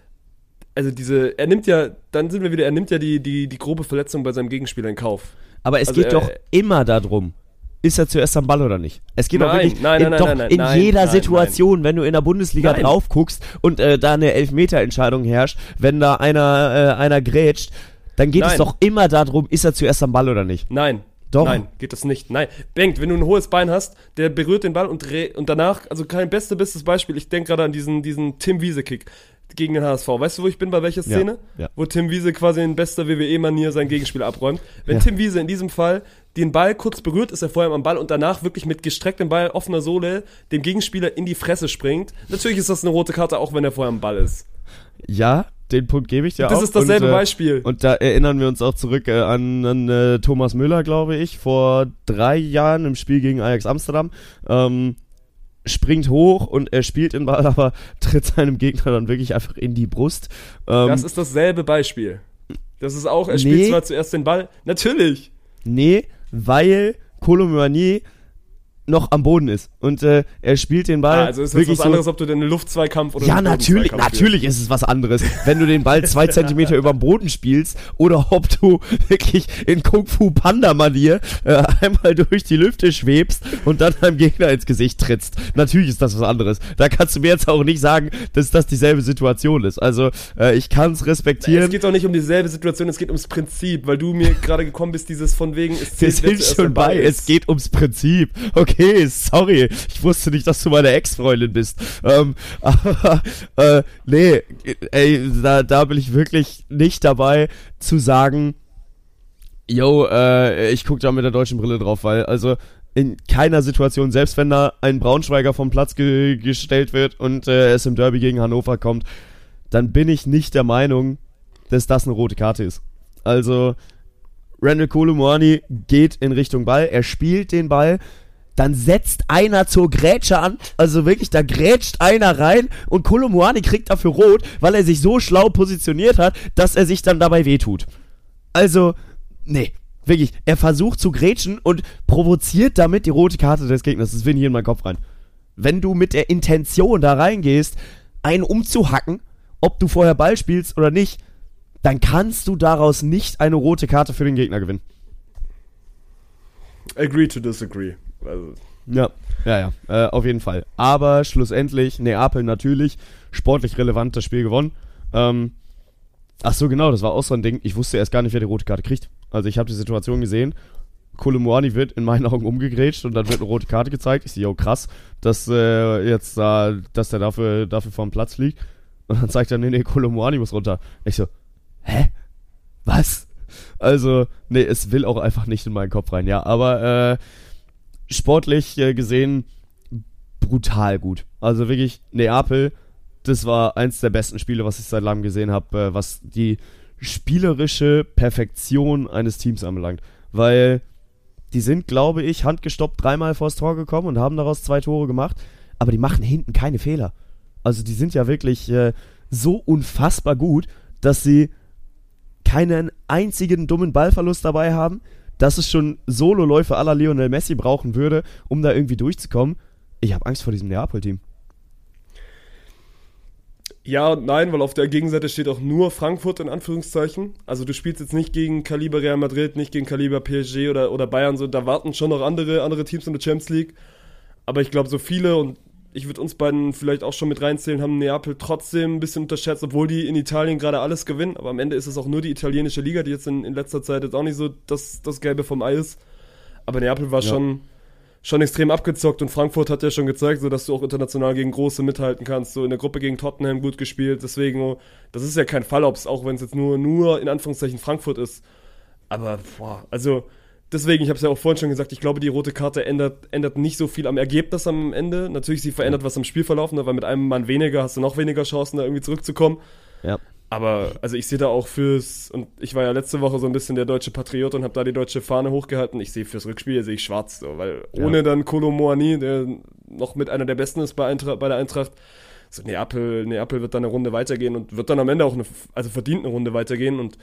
also diese, er nimmt ja, dann sind wir wieder, er nimmt ja die, die, die grobe Verletzung bei seinem Gegenspieler in Kauf. aber es also, geht äh, doch immer darum, ist er zuerst am Ball oder nicht? Es geht doch Nein, wirklich nein, in, nein, doch nein, nein, in nein, jeder nein, Situation, wenn du in der Bundesliga Nein. drauf guckst und äh, da eine Elfmeterentscheidung herrscht, wenn da einer, äh, einer grätscht, dann geht Nein. es doch immer darum, ist er zuerst am Ball oder nicht? Nein. Doch. Nein, geht das nicht. Nein. Bengt, wenn du ein hohes Bein hast, der berührt den Ball und, dreh, und danach, also kein beste, bestes Beispiel, ich denke gerade an diesen, diesen Tim Wiese-Kick gegen den H S V. Weißt du, wo ich bin, bei welcher Szene? Ja, ja. Wo Tim Wiese quasi in bester W W E-Manier seinen Gegenspieler abräumt. Wenn Ja. Tim Wiese in diesem Fall den Ball kurz berührt, ist er vorher am Ball und danach wirklich mit gestrecktem Ball, offener Sohle, dem Gegenspieler in die Fresse springt. Natürlich ist das eine rote Karte, auch wenn er vorher am Ball ist. Ja, den Punkt gebe ich dir auch. Das ist dasselbe und, äh, Beispiel. Und da erinnern wir uns auch zurück äh, an, an äh, Thomas Müller, glaube ich, vor drei Jahren im Spiel gegen Ajax Amsterdam. Ähm, springt hoch und er spielt den Ball, aber tritt seinem Gegner dann wirklich einfach in die Brust. Ähm, Das ist dasselbe Beispiel. Das ist auch, er Nee. spielt zwar zuerst den Ball, natürlich. nee, weil Kolo Muani noch am Boden ist und äh, er spielt den Ball Ah, also ist das wirklich was so. anderes, ob du den Luftzweikampf oder Ja, den natürlich, Bodenzweikampf natürlich ist es was anderes, wenn du den Ball zwei Zentimeter über dem Boden spielst oder ob du wirklich in Kung Fu Panda Manier äh, einmal durch die Lüfte schwebst und dann deinem Gegner ins Gesicht trittst. Natürlich ist das was anderes. Da kannst du mir jetzt auch nicht sagen, dass das dieselbe Situation ist. Also äh, ich kann es Es respektieren. geht doch nicht um dieselbe Situation, es geht ums Prinzip, weil du mir gerade gekommen bist, dieses von wegen, es Wir zählt, wer sind zuerst schon am Ball bei, ist. es geht ums Prinzip. Okay, sorry, ich wusste nicht, dass du meine Ex-Freundin bist. Ähm, aber, äh, nee, ey, da, da bin ich wirklich nicht dabei zu sagen, yo, äh, ich guck da mit der deutschen Brille drauf, weil, also, in keiner Situation, selbst wenn da ein Braunschweiger vom Platz ge- gestellt wird und äh, es im Derby gegen Hannover kommt, dann bin ich nicht der Meinung, dass das eine rote Karte ist. Also, Randall Kolo Muani geht in Richtung Ball, er spielt den Ball, dann setzt einer zur Grätsche an, also wirklich, da grätscht einer rein und Kolo Muani kriegt dafür rot, weil er sich so schlau positioniert hat, dass er sich dann dabei wehtut. Also, nee, wirklich, er versucht zu grätschen und provoziert damit die rote Karte des Gegners. Das will hier in meinen Kopf rein. Wenn du mit der Intention da reingehst, einen umzuhacken, ob du vorher Ball spielst oder nicht, dann kannst du daraus nicht eine rote Karte für den Gegner gewinnen. Agree to disagree. Also, Ja, ja, ja, äh, auf jeden Fall. Aber schlussendlich, Neapel natürlich, sportlich relevant das Spiel gewonnen. Ähm, ach so, genau, das war auch so ein Ding. Ich wusste erst gar nicht, wer die rote Karte kriegt. Also ich habe die Situation gesehen, Kolo Muani wird in meinen Augen umgegrätscht und dann wird eine rote Karte gezeigt. Ich sehe, oh krass, dass äh, jetzt da, dass der dafür, dafür vor dem Platz liegt. Und dann zeigt er, nee, nee, Kolo Muani muss runter. Ich so, hä? Was? Also, nee, es will auch einfach nicht in meinen Kopf rein, ja. Aber, äh, sportlich äh, gesehen brutal gut. Also wirklich, Neapel, das war eins der besten Spiele, was ich seit langem gesehen habe, äh, was die spielerische Perfektion eines Teams anbelangt. Weil die sind, glaube ich, handgestoppt dreimal vors Tor gekommen und haben daraus zwei Tore gemacht, aber die machen hinten keine Fehler. Also die sind ja wirklich äh, so unfassbar gut, dass sie keinen einzigen dummen Ballverlust dabei haben, dass es schon Sololäufe à la Lionel Messi brauchen würde, um da irgendwie durchzukommen. Ich habe Angst vor diesem Neapel-Team. ja und nein, weil auf der Gegenseite steht auch nur Frankfurt in Anführungszeichen. Also du spielst jetzt nicht gegen Kaliber Real Madrid, nicht gegen Kaliber P S G oder, oder Bayern, so, da warten schon noch andere, andere Teams in der Champions League. Aber ich glaube, so viele und ich würde uns beiden vielleicht auch schon mit reinzählen, haben Neapel trotzdem ein bisschen unterschätzt, obwohl die in Italien gerade alles gewinnen. Aber am Ende ist es auch nur die italienische Liga, die jetzt in, in letzter Zeit jetzt auch nicht so das, das Gelbe vom Ei ist. Aber Neapel war Ja. schon, schon extrem abgezockt und Frankfurt hat ja schon gezeigt, so dass du auch international gegen Große mithalten kannst. So in der Gruppe gegen Tottenham gut gespielt. Deswegen, das ist ja kein Fall, ob es auch wenn es jetzt nur, nur in Anführungszeichen Frankfurt ist. Aber, boah, also deswegen, ich habe es ja auch vorhin schon gesagt, ich glaube, die rote Karte ändert, ändert nicht so viel am Ergebnis am Ende. Natürlich, sie verändert was am Spielverlauf, ne, weil mit einem Mann weniger hast du noch weniger Chancen, da irgendwie zurückzukommen. Ja. Aber, also ich sehe da auch fürs, und ich war ja letzte Woche so ein bisschen der deutsche Patriot und habe da die deutsche Fahne hochgehalten. Ich sehe fürs Rückspiel, sehe ich schwarz, so, weil Ja. ohne dann Kolo Muani, der noch mit einer der Besten ist bei, Eintracht, bei der Eintracht, so Neapel, Neapel wird dann eine Runde weitergehen und wird dann am Ende auch eine, also verdient eine Runde weitergehen und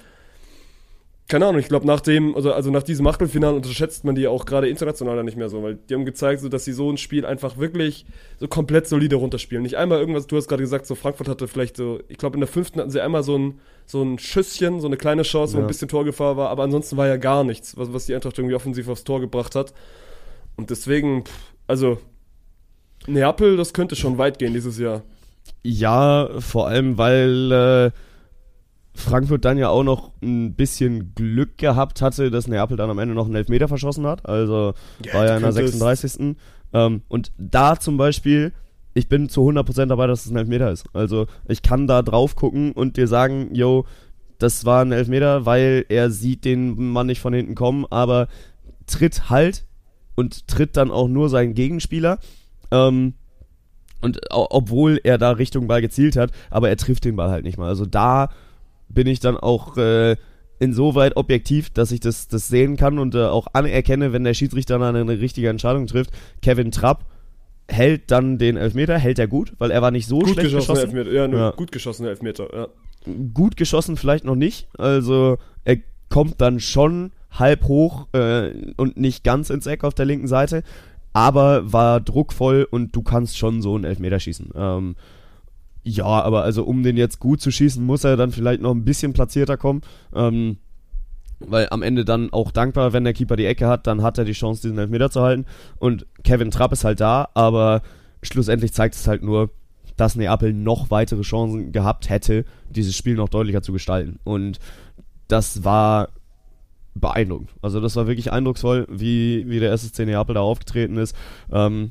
keine Ahnung, ich glaube, nach dem, also, also nach diesem Achtelfinale unterschätzt man die auch gerade international dann nicht mehr so, weil die haben gezeigt, so, dass sie so ein Spiel einfach wirklich so komplett solide runterspielen. Nicht einmal irgendwas, du hast gerade gesagt, so Frankfurt hatte vielleicht so, ich glaube, in der fünften hatten sie einmal so ein, so ein Schüsschen, so eine kleine Chance, wo Ja. ein bisschen Torgefahr war, aber ansonsten war ja gar nichts, was, was die Eintracht irgendwie offensiv aufs Tor gebracht hat. Und deswegen, pff, also, Neapel, das könnte schon weit gehen dieses Jahr. Ja, vor allem, weil äh, Frankfurt dann ja auch noch ein bisschen Glück gehabt hatte, dass Neapel dann am Ende noch einen Elfmeter verschossen hat. Also Ja, war ja du in der könntest- sechsunddreißigsten Ähm, und da zum Beispiel, ich bin zu hundert Prozent dabei, dass es ein Elfmeter ist. Also ich kann da drauf gucken und dir sagen, yo, das war ein Elfmeter, weil er sieht den Mann nicht von hinten kommen, aber tritt halt und tritt dann auch nur seinen Gegenspieler. Ähm, und o- obwohl er da Richtung Ball gezielt hat, aber er trifft den Ball halt nicht mal. Also da bin ich dann auch äh, insoweit objektiv, dass ich das, das sehen kann und äh, auch anerkenne, wenn der Schiedsrichter dann eine richtige Entscheidung trifft. Kevin Trapp hält dann den Elfmeter, hält er gut, weil er war nicht so Gut schlecht geschossene geschossen. Elfmeter, ja, nur Ja. gut geschossene Elfmeter, ja. Gut geschossen vielleicht noch nicht, also er kommt dann schon halb hoch äh, und nicht ganz ins Eck auf der linken Seite, aber war druckvoll und du kannst schon so einen Elfmeter schießen. Ähm, ja, aber also um den jetzt gut zu schießen, muss er dann vielleicht noch ein bisschen platzierter kommen, ähm, weil am Ende dann auch dankbar, wenn der Keeper die Ecke hat, dann hat er die Chance, diesen Elfmeter zu halten und Kevin Trapp ist halt da, aber schlussendlich zeigt es halt nur, dass Neapel noch weitere Chancen gehabt hätte, dieses Spiel noch deutlicher zu gestalten. Und das war beeindruckend. Also das war wirklich eindrucksvoll, wie, wie der S S C Neapel da aufgetreten ist. Ähm,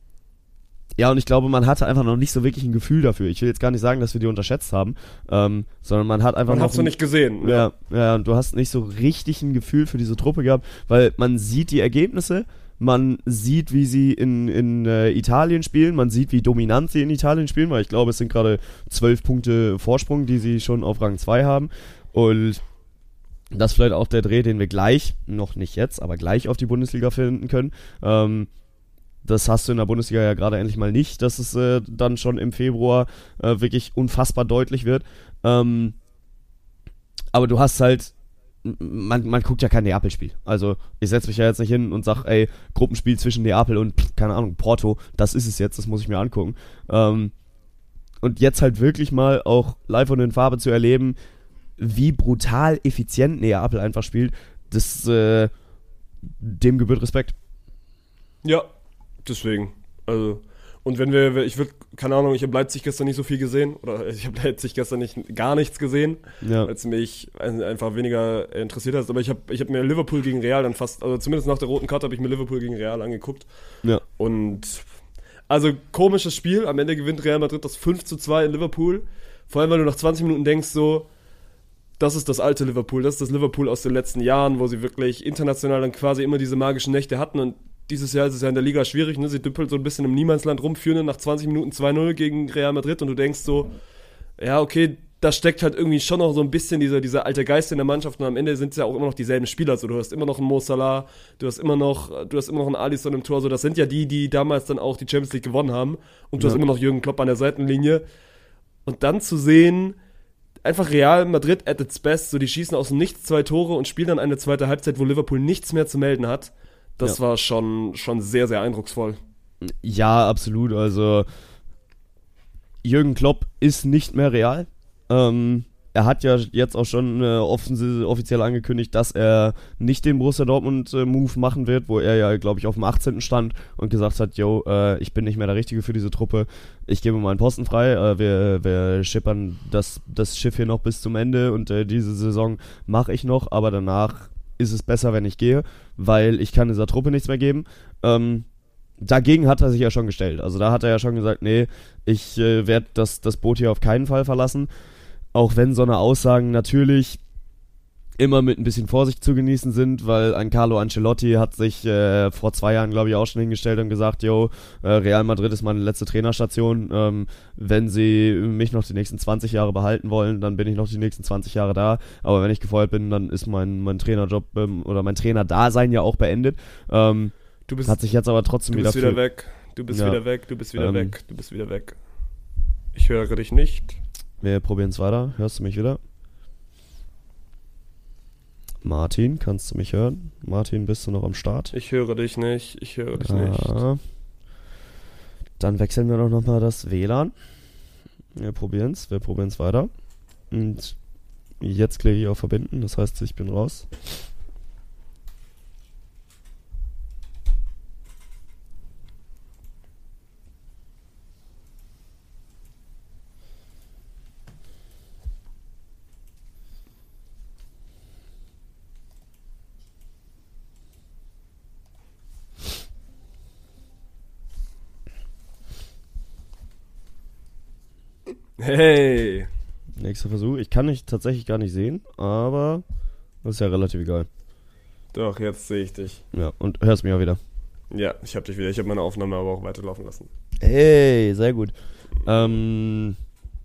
ja, und ich glaube, man hatte einfach noch nicht so wirklich ein Gefühl dafür. Ich will jetzt gar nicht sagen, dass wir die unterschätzt haben, ähm, sondern man hat einfach Man noch... hat's noch ein- nicht gesehen. ja, ja, und du hast nicht so richtig ein Gefühl für diese Truppe gehabt, weil man sieht die Ergebnisse, man sieht, wie sie in, in äh, Italien spielen, man sieht, wie dominant sie in Italien spielen, weil ich glaube, es sind gerade zwölf Punkte Vorsprung, die sie schon auf Rang zwei haben. Und das ist vielleicht auch der Dreh, den wir gleich, noch nicht jetzt, aber gleich auf die Bundesliga finden können. Ähm, das hast du in der Bundesliga ja gerade endlich mal nicht, dass es äh, dann schon im Februar äh, wirklich unfassbar deutlich wird. Ähm, aber du hast halt, man, man guckt ja kein Neapel-Spiel. Also ich setze mich ja jetzt nicht hin und sag, ey, Gruppenspiel zwischen Neapel und, pff, keine Ahnung, Porto, das ist es jetzt, das muss ich mir angucken. Ähm, und jetzt halt wirklich mal auch live und in Farbe zu erleben, wie brutal effizient Neapel einfach spielt, das, äh, dem gebührt Respekt. Ja, deswegen. Also, und wenn wir, ich würde, keine Ahnung, ich habe Leipzig gestern nicht so viel gesehen, oder ich habe Leipzig gestern nicht, gar nichts gesehen, Ja. weil es mich einfach weniger interessiert hat. Aber ich habe ich hab mir Liverpool gegen Real dann fast, also zumindest nach der roten Karte habe ich mir Liverpool gegen Real angeguckt. Ja. Und also komisches Spiel, am Ende gewinnt Real Madrid das fünf zu zwei in Liverpool. Vor allem, weil du nach zwanzig Minuten denkst so, das ist das alte Liverpool, das ist das Liverpool aus den letzten Jahren, wo sie wirklich international dann quasi immer diese magischen Nächte hatten und dieses Jahr ist es ja in der Liga schwierig, ne? Sie dümpelt so ein bisschen im Niemandsland rum, führen nach zwanzig Minuten zwei null gegen Real Madrid und du denkst so, ja okay, da steckt halt irgendwie schon noch so ein bisschen dieser, dieser alte Geist in der Mannschaft und am Ende sind es ja auch immer noch dieselben Spieler, so du hast immer noch einen Mo Salah, du hast immer noch, du hast immer noch einen Alisson im Tor, so das sind ja die, die damals dann auch die Champions League gewonnen haben und du Ja. hast immer noch Jürgen Klopp an der Seitenlinie und dann zu sehen, einfach Real Madrid at its best, so die schießen aus dem Nichts zwei Tore und spielen dann eine zweite Halbzeit, wo Liverpool nichts mehr zu melden hat. Das Ja. war schon, schon sehr, sehr eindrucksvoll. Ja, absolut. Also Jürgen Klopp ist nicht mehr real. Ähm, er hat ja jetzt auch schon äh, offensi- offiziell angekündigt, dass er nicht den Borussia Dortmund-Move äh, machen wird, wo er ja, glaube ich, auf dem achtzehnten stand und gesagt hat, yo, äh, ich bin nicht mehr der Richtige für diese Truppe, ich gebe meinen Posten frei, äh, wir, wir schippern das, das Schiff hier noch bis zum Ende und äh, diese Saison mache ich noch, aber danach ist es besser, wenn ich gehe, weil ich kann dieser Truppe nichts mehr geben. Ähm, dagegen hat er sich ja schon gestellt, also da hat er ja schon gesagt, nee, ich äh, werde das, das Boot hier auf keinen Fall verlassen. Auch wenn so eine Aussagen natürlich immer mit ein bisschen Vorsicht zu genießen sind, weil ein Carlo Ancelotti hat sich äh, vor zwei Jahren, glaube ich, auch schon hingestellt und gesagt, yo, äh, Real Madrid ist meine letzte Trainerstation, ähm, wenn sie mich noch die nächsten zwanzig Jahre behalten wollen, dann bin ich noch die nächsten zwanzig Jahre da, aber wenn ich gefeuert bin, dann ist mein, mein Trainerjob ähm, oder mein Trainer-Dasein ja auch beendet. Ähm, Du bist, hat sich jetzt aber trotzdem du wieder, bist wieder für, weg. Du bist Ja. wieder weg. Du bist wieder Ähm. weg. Du bist wieder weg. Ich höre dich nicht. Wir probieren es weiter. Hörst du mich wieder? Martin, kannst du mich hören? Martin, bist du noch am Start? Ich höre dich nicht. Ich höre dich nicht. Ah. Dann wechseln wir doch nochmal das W L A N. Wir probieren es. Wir probieren es weiter. Und jetzt klicke ich auf Verbinden. Das heißt, ich bin raus. Hey. Nächster Versuch. Ich kann dich tatsächlich gar nicht sehen, aber das ist ja relativ egal. Doch, jetzt sehe ich dich. Ja, und hörst mich auch wieder. Ja, ich habe dich wieder. Ich habe meine Aufnahme aber auch weiterlaufen lassen. Hey, sehr gut. Ähm,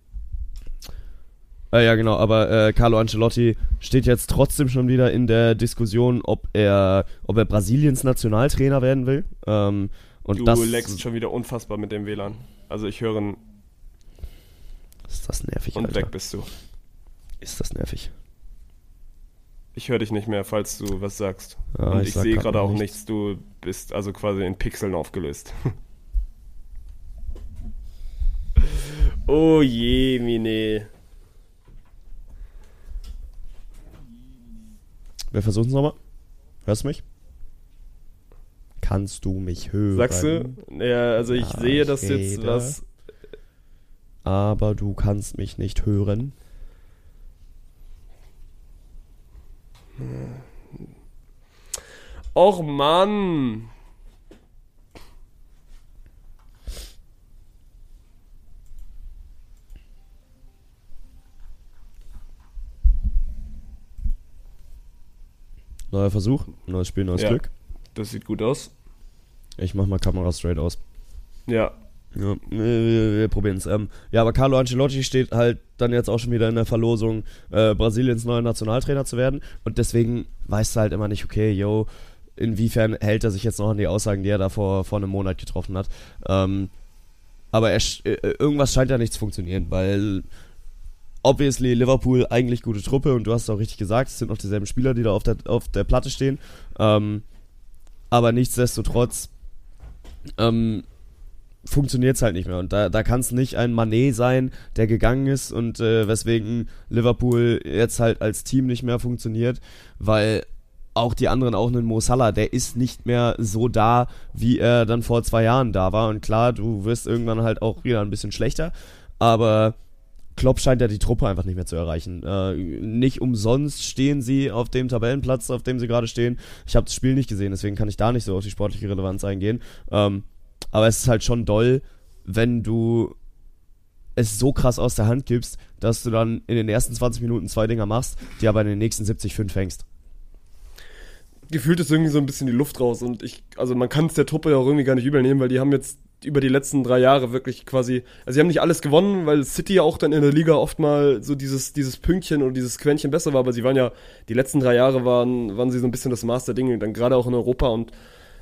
äh, ja, genau, aber äh, Carlo Ancelotti steht jetzt trotzdem schon wieder in der Diskussion, ob er, ob er Brasiliens Nationaltrainer werden will. Ähm, und Du das leckst schon wieder unfassbar mit dem W L A N. Also ich höre ihn ist das nervig, und Alter. weg bist du. Ist das nervig. Ich höre dich nicht mehr, falls du was sagst. Ja, und ich ich sag sehe grad gerade noch auch nichts. nichts. Du bist also quasi in Pixeln aufgelöst. Oh je, Mine. Wir versuchen es nochmal. Hörst du mich? Kannst du mich hören? Sagst du? Ja, also ich Ja, sehe, ich dass jetzt rede. was... Aber du kannst mich nicht hören. Och Mann! Neuer Versuch, neues Spiel, neues Ja. Glück. Das sieht gut aus. Ich mach mal Kamera straight aus. Ja. Ja, wir, wir, wir probieren es. Ähm, ja, aber Carlo Ancelotti steht halt dann jetzt auch schon wieder in der Verlosung, äh, Brasiliens neuer Nationaltrainer zu werden. Und deswegen weißt du halt immer nicht, okay, yo, inwiefern hält er sich jetzt noch an die Aussagen, die er da vor, vor einem Monat getroffen hat. Ähm, aber er, sch- äh, irgendwas scheint ja nicht zu funktionieren, weil obviously Liverpool eigentlich gute Truppe und du hast es auch richtig gesagt, es sind noch dieselben Spieler, die da auf der, auf der Platte stehen. Ähm, aber nichtsdestotrotz ähm, funktioniert es halt nicht mehr. Und da, da kann es nicht ein Mané sein, der gegangen ist und äh, weswegen Liverpool jetzt halt als Team nicht mehr funktioniert, weil auch die anderen, auch einen Mo Salah, der ist nicht mehr so da, wie er dann vor zwei Jahren da war. Und klar, du wirst irgendwann halt auch wieder ein bisschen schlechter, aber Klopp scheint ja die Truppe einfach nicht mehr zu erreichen. Äh, nicht umsonst stehen sie auf dem Tabellenplatz, auf dem sie gerade stehen. Ich habe das Spiel nicht gesehen, deswegen kann ich da nicht so auf die sportliche Relevanz eingehen. Ähm, aber es ist halt schon doll, wenn du es so krass aus der Hand gibst, dass du dann in den ersten zwanzig Minuten zwei Dinger machst, die aber in den nächsten siebzig fünf fängst. Gefühlt ist irgendwie so ein bisschen die Luft raus und ich, also man kann es der Truppe ja auch irgendwie gar nicht übel nehmen, weil die haben jetzt über die letzten drei Jahre wirklich quasi, also sie haben nicht alles gewonnen, weil City ja auch dann in der Liga oft mal so dieses, dieses Pünktchen oder dieses Quäntchen besser war, aber sie waren ja, die letzten drei Jahre waren, waren sie so ein bisschen das Maß der Dinge, dann gerade auch in Europa und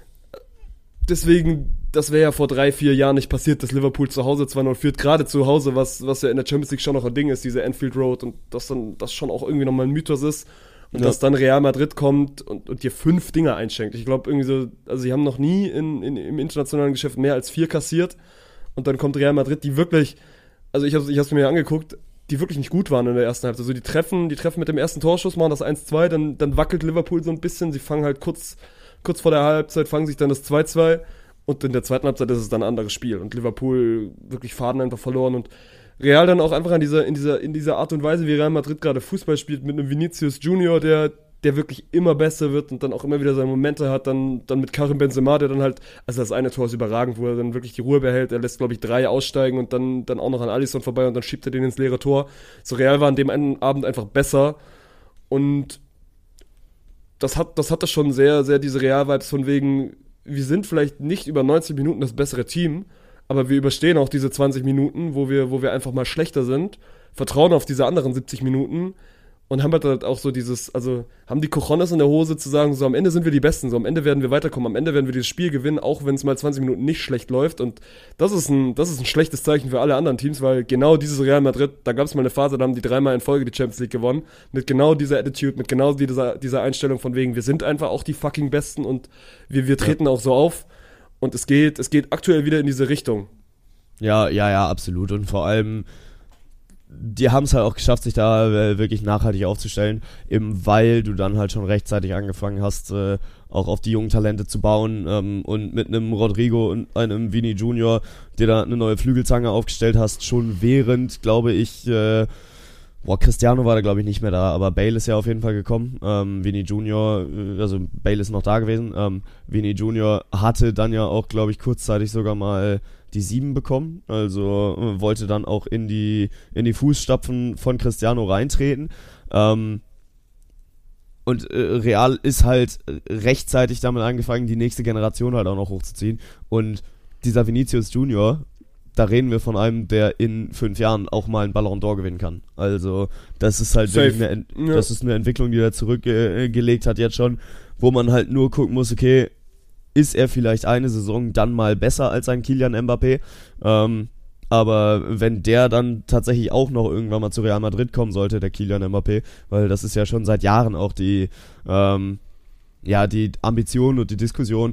deswegen, das wäre ja vor drei, vier Jahren nicht passiert, dass Liverpool zu Hause zwei null führt, gerade zu Hause, was, was ja in der Champions League schon noch ein Ding ist, diese Anfield Road und das dann, das schon auch irgendwie nochmal ein Mythos ist. Und Ja. dass dann Real Madrid kommt und, und dir fünf Dinger einschenkt. Ich glaube irgendwie so, also sie haben noch nie in, in, im internationalen Geschäft mehr als vier kassiert. Und dann kommt Real Madrid, die wirklich, also ich habe ich hab's mir ja angeguckt, die wirklich nicht gut waren in der ersten Halbzeit. Also die treffen, die treffen mit dem ersten Torschuss, machen das eins zwei, dann, dann wackelt Liverpool so ein bisschen, sie fangen halt kurz, kurz vor der Halbzeit, fangen sich dann das zwei zwei und in der zweiten Halbzeit ist es dann ein anderes Spiel und Liverpool wirklich Faden einfach verloren und Real dann auch einfach an dieser, in dieser, in dieser Art und Weise, wie Real Madrid gerade Fußball spielt, mit einem Vinicius Junior, der, der wirklich immer besser wird und dann auch immer wieder seine Momente hat, dann, dann mit Karim Benzema, der dann halt, also das eine Tor ist überragend, wo er dann wirklich die Ruhe behält, er lässt, glaube ich, drei aussteigen und dann, dann auch noch an Alisson vorbei und dann schiebt er den ins leere Tor. So Real war an dem einen Abend einfach besser und das hat, das hatte schon sehr, sehr diese Real-Vibes von wegen, wir sind vielleicht nicht über neunzig Minuten das bessere Team, aber wir überstehen auch diese zwanzig Minuten, wo wir, wo wir einfach mal schlechter sind, vertrauen auf diese anderen siebzig Minuten und haben halt auch so dieses, also haben die Cojones in der Hose zu sagen, so am Ende sind wir die Besten, so am Ende werden wir weiterkommen, am Ende werden wir dieses Spiel gewinnen, auch wenn es mal zwanzig Minuten nicht schlecht läuft und das ist ein, das ist ein schlechtes Zeichen für alle anderen Teams, weil genau dieses Real Madrid, da gab es mal eine Phase, da haben die dreimal in Folge die Champions League gewonnen, mit genau dieser Attitude, mit genau dieser, dieser Einstellung von wegen, wir sind einfach auch die fucking Besten und wir, wir treten ja auch so auf und es geht, es geht aktuell wieder in diese Richtung. Ja, ja, ja, absolut und vor allem die haben es halt auch geschafft, sich da äh, wirklich nachhaltig aufzustellen, eben weil du dann halt schon rechtzeitig angefangen hast, äh, auch auf die jungen Talente zu bauen ähm, und mit einem Rodrigo und einem Vini Junior dir da eine neue Flügelzange aufgestellt hast, schon während, glaube ich, äh, boah, Cristiano war da glaube ich nicht mehr da, aber Bale ist ja auf jeden Fall gekommen, ähm, Vini Junior, äh, also Bale ist noch da gewesen, ähm, Vini Junior hatte dann ja auch, glaube ich, kurzzeitig sogar mal die sieben bekommen, also äh, wollte dann auch in die in die Fußstapfen von Cristiano reintreten ähm, und äh, Real ist halt rechtzeitig damit angefangen, die nächste Generation halt auch noch hochzuziehen und dieser Vinicius Junior, da reden wir von einem, der in fünf Jahren auch mal einen Ballon d'Or gewinnen kann, also das ist halt wirklich eine, ja. das ist eine Entwicklung, die er zurückgelegt äh, hat jetzt schon, wo man halt nur gucken muss, okay, ist er vielleicht eine Saison dann mal besser als ein Kylian Mbappé, ähm, aber wenn der dann tatsächlich auch noch irgendwann mal zu Real Madrid kommen sollte, der Kylian Mbappé, weil das ist ja schon seit Jahren auch die, ähm, ja, die Ambition und die Diskussion,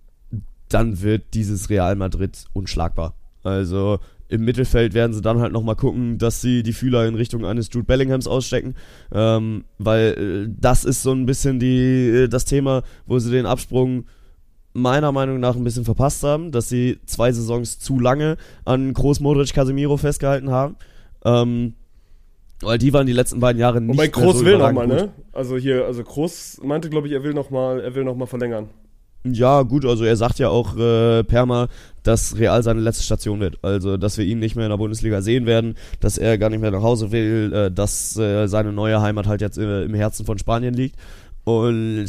dann wird dieses Real Madrid unschlagbar. Also im Mittelfeld werden sie dann halt nochmal gucken, dass sie die Fühler in Richtung eines Jude Bellinghams ausstecken, ähm, weil äh, das ist so ein bisschen die, äh, das Thema, wo sie den Absprung meiner Meinung nach ein bisschen verpasst haben, dass sie zwei Saisons zu lange an Kroos, Modric, Casemiro festgehalten haben. Ähm, weil die waren die letzten beiden Jahre nicht Wobei mehr Kroos so will nochmal, gut. ne? Also hier, also Kroos meinte, glaube ich, er will nochmal, er will noch mal verlängern. Ja, gut, also er sagt ja auch äh, Perma, dass Real seine letzte Station wird. Also, dass wir ihn nicht mehr in der Bundesliga sehen werden, dass er gar nicht mehr nach Hause will, äh, dass äh, seine neue Heimat halt jetzt äh, im Herzen von Spanien liegt. Und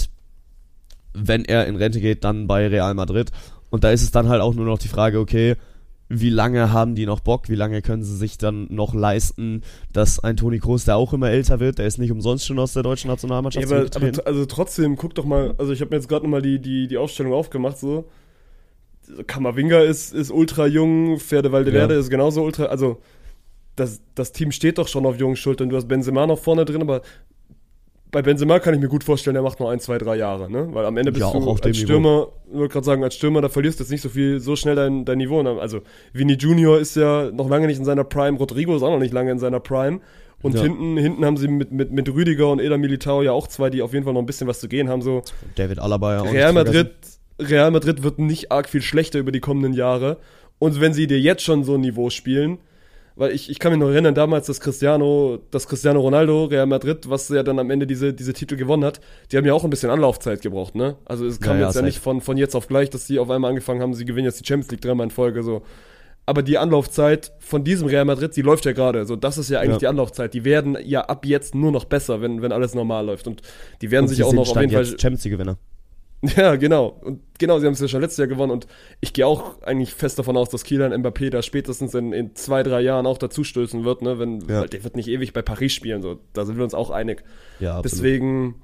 wenn er in Rente geht, dann bei Real Madrid. Und da ist es dann halt auch nur noch die Frage, okay, wie lange haben die noch Bock, wie lange können sie sich dann noch leisten, dass ein Toni Kroos, der auch immer älter wird, der ist nicht umsonst schon aus der deutschen Nationalmannschaft Ja, aber, zurückgetreten. aber also trotzdem, guck doch mal, also ich habe mir jetzt gerade nochmal die, die, die Aufstellung aufgemacht, so. Kamavinga ist, ist ultra jung, Fede Valverde Ja. ist genauso ultra, also das, das Team steht doch schon auf jungen Schultern, du hast Benzema noch vorne drin, aber bei Benzema kann ich mir gut vorstellen, der macht noch ein, zwei, drei Jahre, ne? Weil am Ende bist Ja, auch du auf dem als Stürmer, ich wollte gerade sagen, als Stürmer, da verlierst du jetzt nicht so viel, so schnell dein, dein Niveau. Also Vini Junior ist ja noch lange nicht in seiner Prime, Rodrigo ist auch noch nicht lange in seiner Prime. Und Ja. hinten, hinten haben sie mit, mit, mit Rüdiger und Eder Militao ja auch zwei, die auf jeden Fall noch ein bisschen was zu gehen haben. So David Alaba ja auch Real nicht Madrid, Real Madrid wird nicht arg viel schlechter über die kommenden Jahre. Und wenn sie dir jetzt schon so ein Niveau spielen, weil ich, ich kann mich noch erinnern, damals, dass Cristiano, dass Cristiano Ronaldo, Real Madrid, was ja dann am Ende diese, diese Titel gewonnen hat, die haben ja auch ein bisschen Anlaufzeit gebraucht, ne? Also es kam Ja, ja, jetzt ja safe. nicht von, von jetzt auf gleich, dass die auf einmal angefangen haben, sie gewinnen jetzt die Champions League dreimal in Folge, so. Aber die Anlaufzeit von diesem Real Madrid, die läuft ja gerade, so, das ist ja eigentlich Ja. die Anlaufzeit. Die werden ja ab jetzt nur noch besser, wenn, wenn alles normal läuft. Und die werden Und sich sie auch sind noch auf Stand jeden Fall. jetzt Champions League Gewinner. Ja, genau. Und genau, sie haben es ja schon letztes Jahr gewonnen und ich gehe auch eigentlich fest davon aus, dass Kylian Mbappé da spätestens in, in zwei, drei Jahren auch dazustößen wird, ne, wenn, Ja. weil der wird nicht ewig bei Paris spielen, so. Da sind wir uns auch einig. Ja, absolut. Deswegen,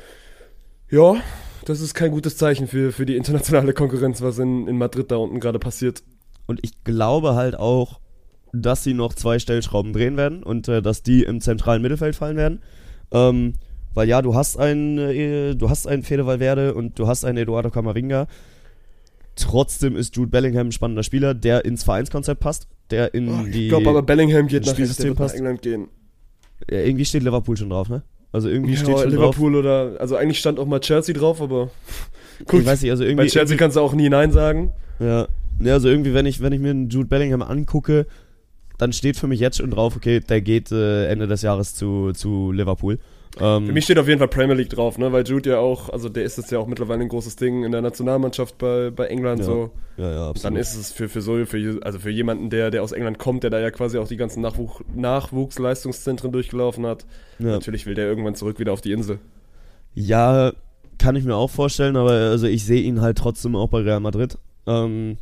ja, das ist kein gutes Zeichen für, für die internationale Konkurrenz, was in, in Madrid da unten gerade passiert. Und ich glaube halt auch, dass sie noch zwei Stellschrauben drehen werden und äh, dass die im zentralen Mittelfeld fallen werden. Ähm, weil ja, du hast einen, äh, du hast einen Fede Valverde und du hast einen Eduardo Camavinga. Trotzdem ist Jude Bellingham ein spannender Spieler, der ins Vereinskonzept passt, der in Oh, die ich glaube aber Bellingham geht ins nach, Spielsystem der wird nach passt. England gehen. Ja, irgendwie steht Liverpool schon drauf, ne? Also irgendwie Ja, steht schon Liverpool drauf. oder, also eigentlich stand auch mal Chelsea drauf, aber gut, Ich weiß nicht, also bei irgendwie, Chelsea irgendwie kannst du auch nie Nein sagen. ja, ja, also irgendwie, wenn ich, wenn ich mir einen Jude Bellingham angucke, dann steht für mich jetzt schon drauf, okay, der geht äh, Ende des Jahres zu, zu Liverpool. Ähm, Für mich steht auf jeden Fall Premier League drauf, ne, weil Jude ja auch, also der ist jetzt ja auch mittlerweile ein großes Ding in der Nationalmannschaft bei, bei England, Ja. so. ja, ja, absolut. Dann ist es für, für so, für, also für jemanden, der, der aus England kommt, der da ja quasi auch die ganzen Nachwuch, Nachwuchsleistungszentren durchgelaufen hat. ja. Natürlich will der irgendwann zurück wieder auf die Insel. Ja, kann ich mir auch vorstellen, aber also ich sehe ihn halt trotzdem auch bei Real Madrid. Ähm,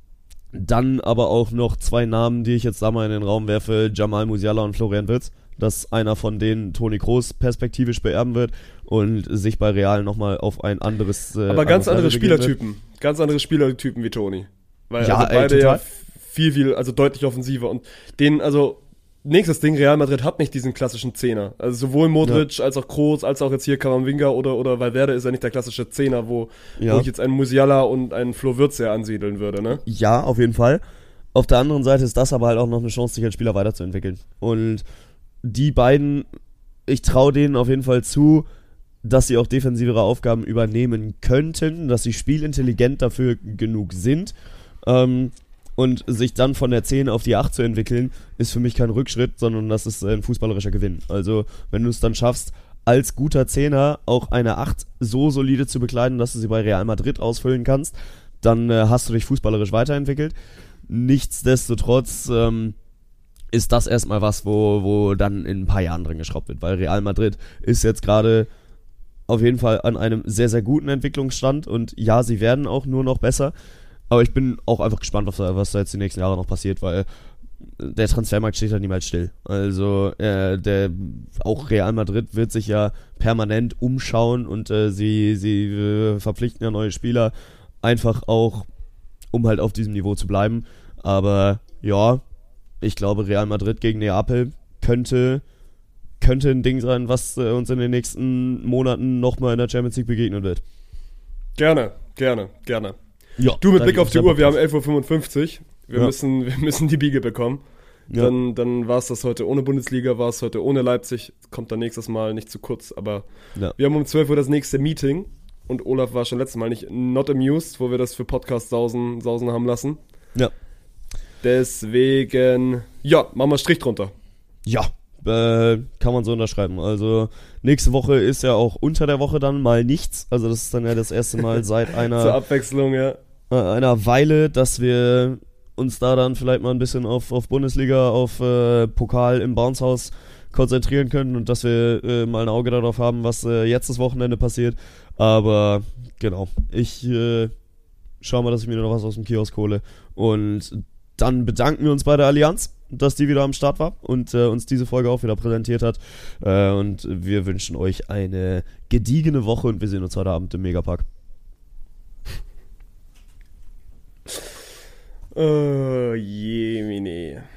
dann aber auch noch zwei Namen, die ich jetzt da mal in den Raum werfe, Jamal Musiala und Florian Wirtz, dass einer von denen Toni Kroos perspektivisch beerben wird und sich bei Real nochmal auf ein anderes äh, Aber ganz andere anderes Level begeben wird. Spielertypen. Ganz andere Spielertypen wie Toni. Weil Ja, also ey, beide total. ja viel, viel, also deutlich offensiver. Und den, also, nächstes Ding, Real Madrid hat nicht diesen klassischen Zehner. Also sowohl Modric als auch Kroos, als auch jetzt hier Camavinga oder, oder Valverde ist ja nicht der klassische Zehner, wo, Ja. wo ich jetzt einen Musiala und einen Flo Wirtz ja ansiedeln würde, ne? Ja, auf jeden Fall. Auf der anderen Seite ist das aber halt auch noch eine Chance, sich als Spieler weiterzuentwickeln. Und die beiden, ich traue denen auf jeden Fall zu, dass sie auch defensivere Aufgaben übernehmen könnten, dass sie spielintelligent dafür genug sind. Ähm, und sich dann von der zehn auf die acht zu entwickeln, ist für mich kein Rückschritt, sondern das ist ein fußballerischer Gewinn. Also, wenn du es dann schaffst, als guter Zehner auch eine acht so solide zu bekleiden, dass du sie bei Real Madrid ausfüllen kannst, dann äh, hast du dich fußballerisch weiterentwickelt. Nichtsdestotrotz ähm, ist das erstmal was, wo, wo dann in ein paar Jahren drin geschraubt wird, weil Real Madrid ist jetzt gerade auf jeden Fall an einem sehr, sehr guten Entwicklungsstand und ja, sie werden auch nur noch besser, aber ich bin auch einfach gespannt, was da, was da jetzt die nächsten Jahre noch passiert, weil der Transfermarkt steht ja niemals still. Also äh, der auch Real Madrid wird sich ja permanent umschauen und äh, sie, sie äh, verpflichten ja neue Spieler, einfach auch, um halt auf diesem Niveau zu bleiben. Aber ja, ich glaube, Real Madrid gegen Neapel könnte, könnte ein Ding sein, was äh, uns in den nächsten Monaten nochmal in der Champions League begegnen wird. Gerne, gerne, gerne. Ja, Du mit da Blick hab auf ich die sehr Uhr, Bock wir haben drauf. elf Uhr fünfundfünfzig. Wir, Ja. müssen, wir müssen die Biege bekommen. Ja. Dann, dann war es das heute ohne Bundesliga, war es heute ohne Leipzig. Kommt dann nächstes Mal nicht zu kurz, aber Ja. wir haben um zwölf Uhr das nächste Meeting. Und Olaf war schon letztes Mal nicht not amused, wo wir das für Podcast sausen, sausen haben lassen. Ja. Deswegen, ja, machen wir Strich drunter. Ja, äh, kann man so unterschreiben. Also nächste Woche ist ja auch unter der Woche dann mal nichts. Also das ist dann ja das erste Mal seit Zur einer, Abwechslung, ja. äh, einer Weile, dass wir uns da dann vielleicht mal ein bisschen auf, auf Bundesliga, auf äh, Pokal im Bouncehaus konzentrieren können und dass wir äh, mal ein Auge darauf haben, was äh, jetzt das Wochenende passiert. Aber genau, ich äh, schau mal, dass ich mir noch was aus dem Kiosk hole. Und dann bedanken wir uns bei der Allianz, dass die wieder am Start war und äh, uns diese Folge auch wieder präsentiert hat. Äh, und wir wünschen euch eine gediegene Woche und wir sehen uns heute Abend im Megapark. Oh, je, Mine.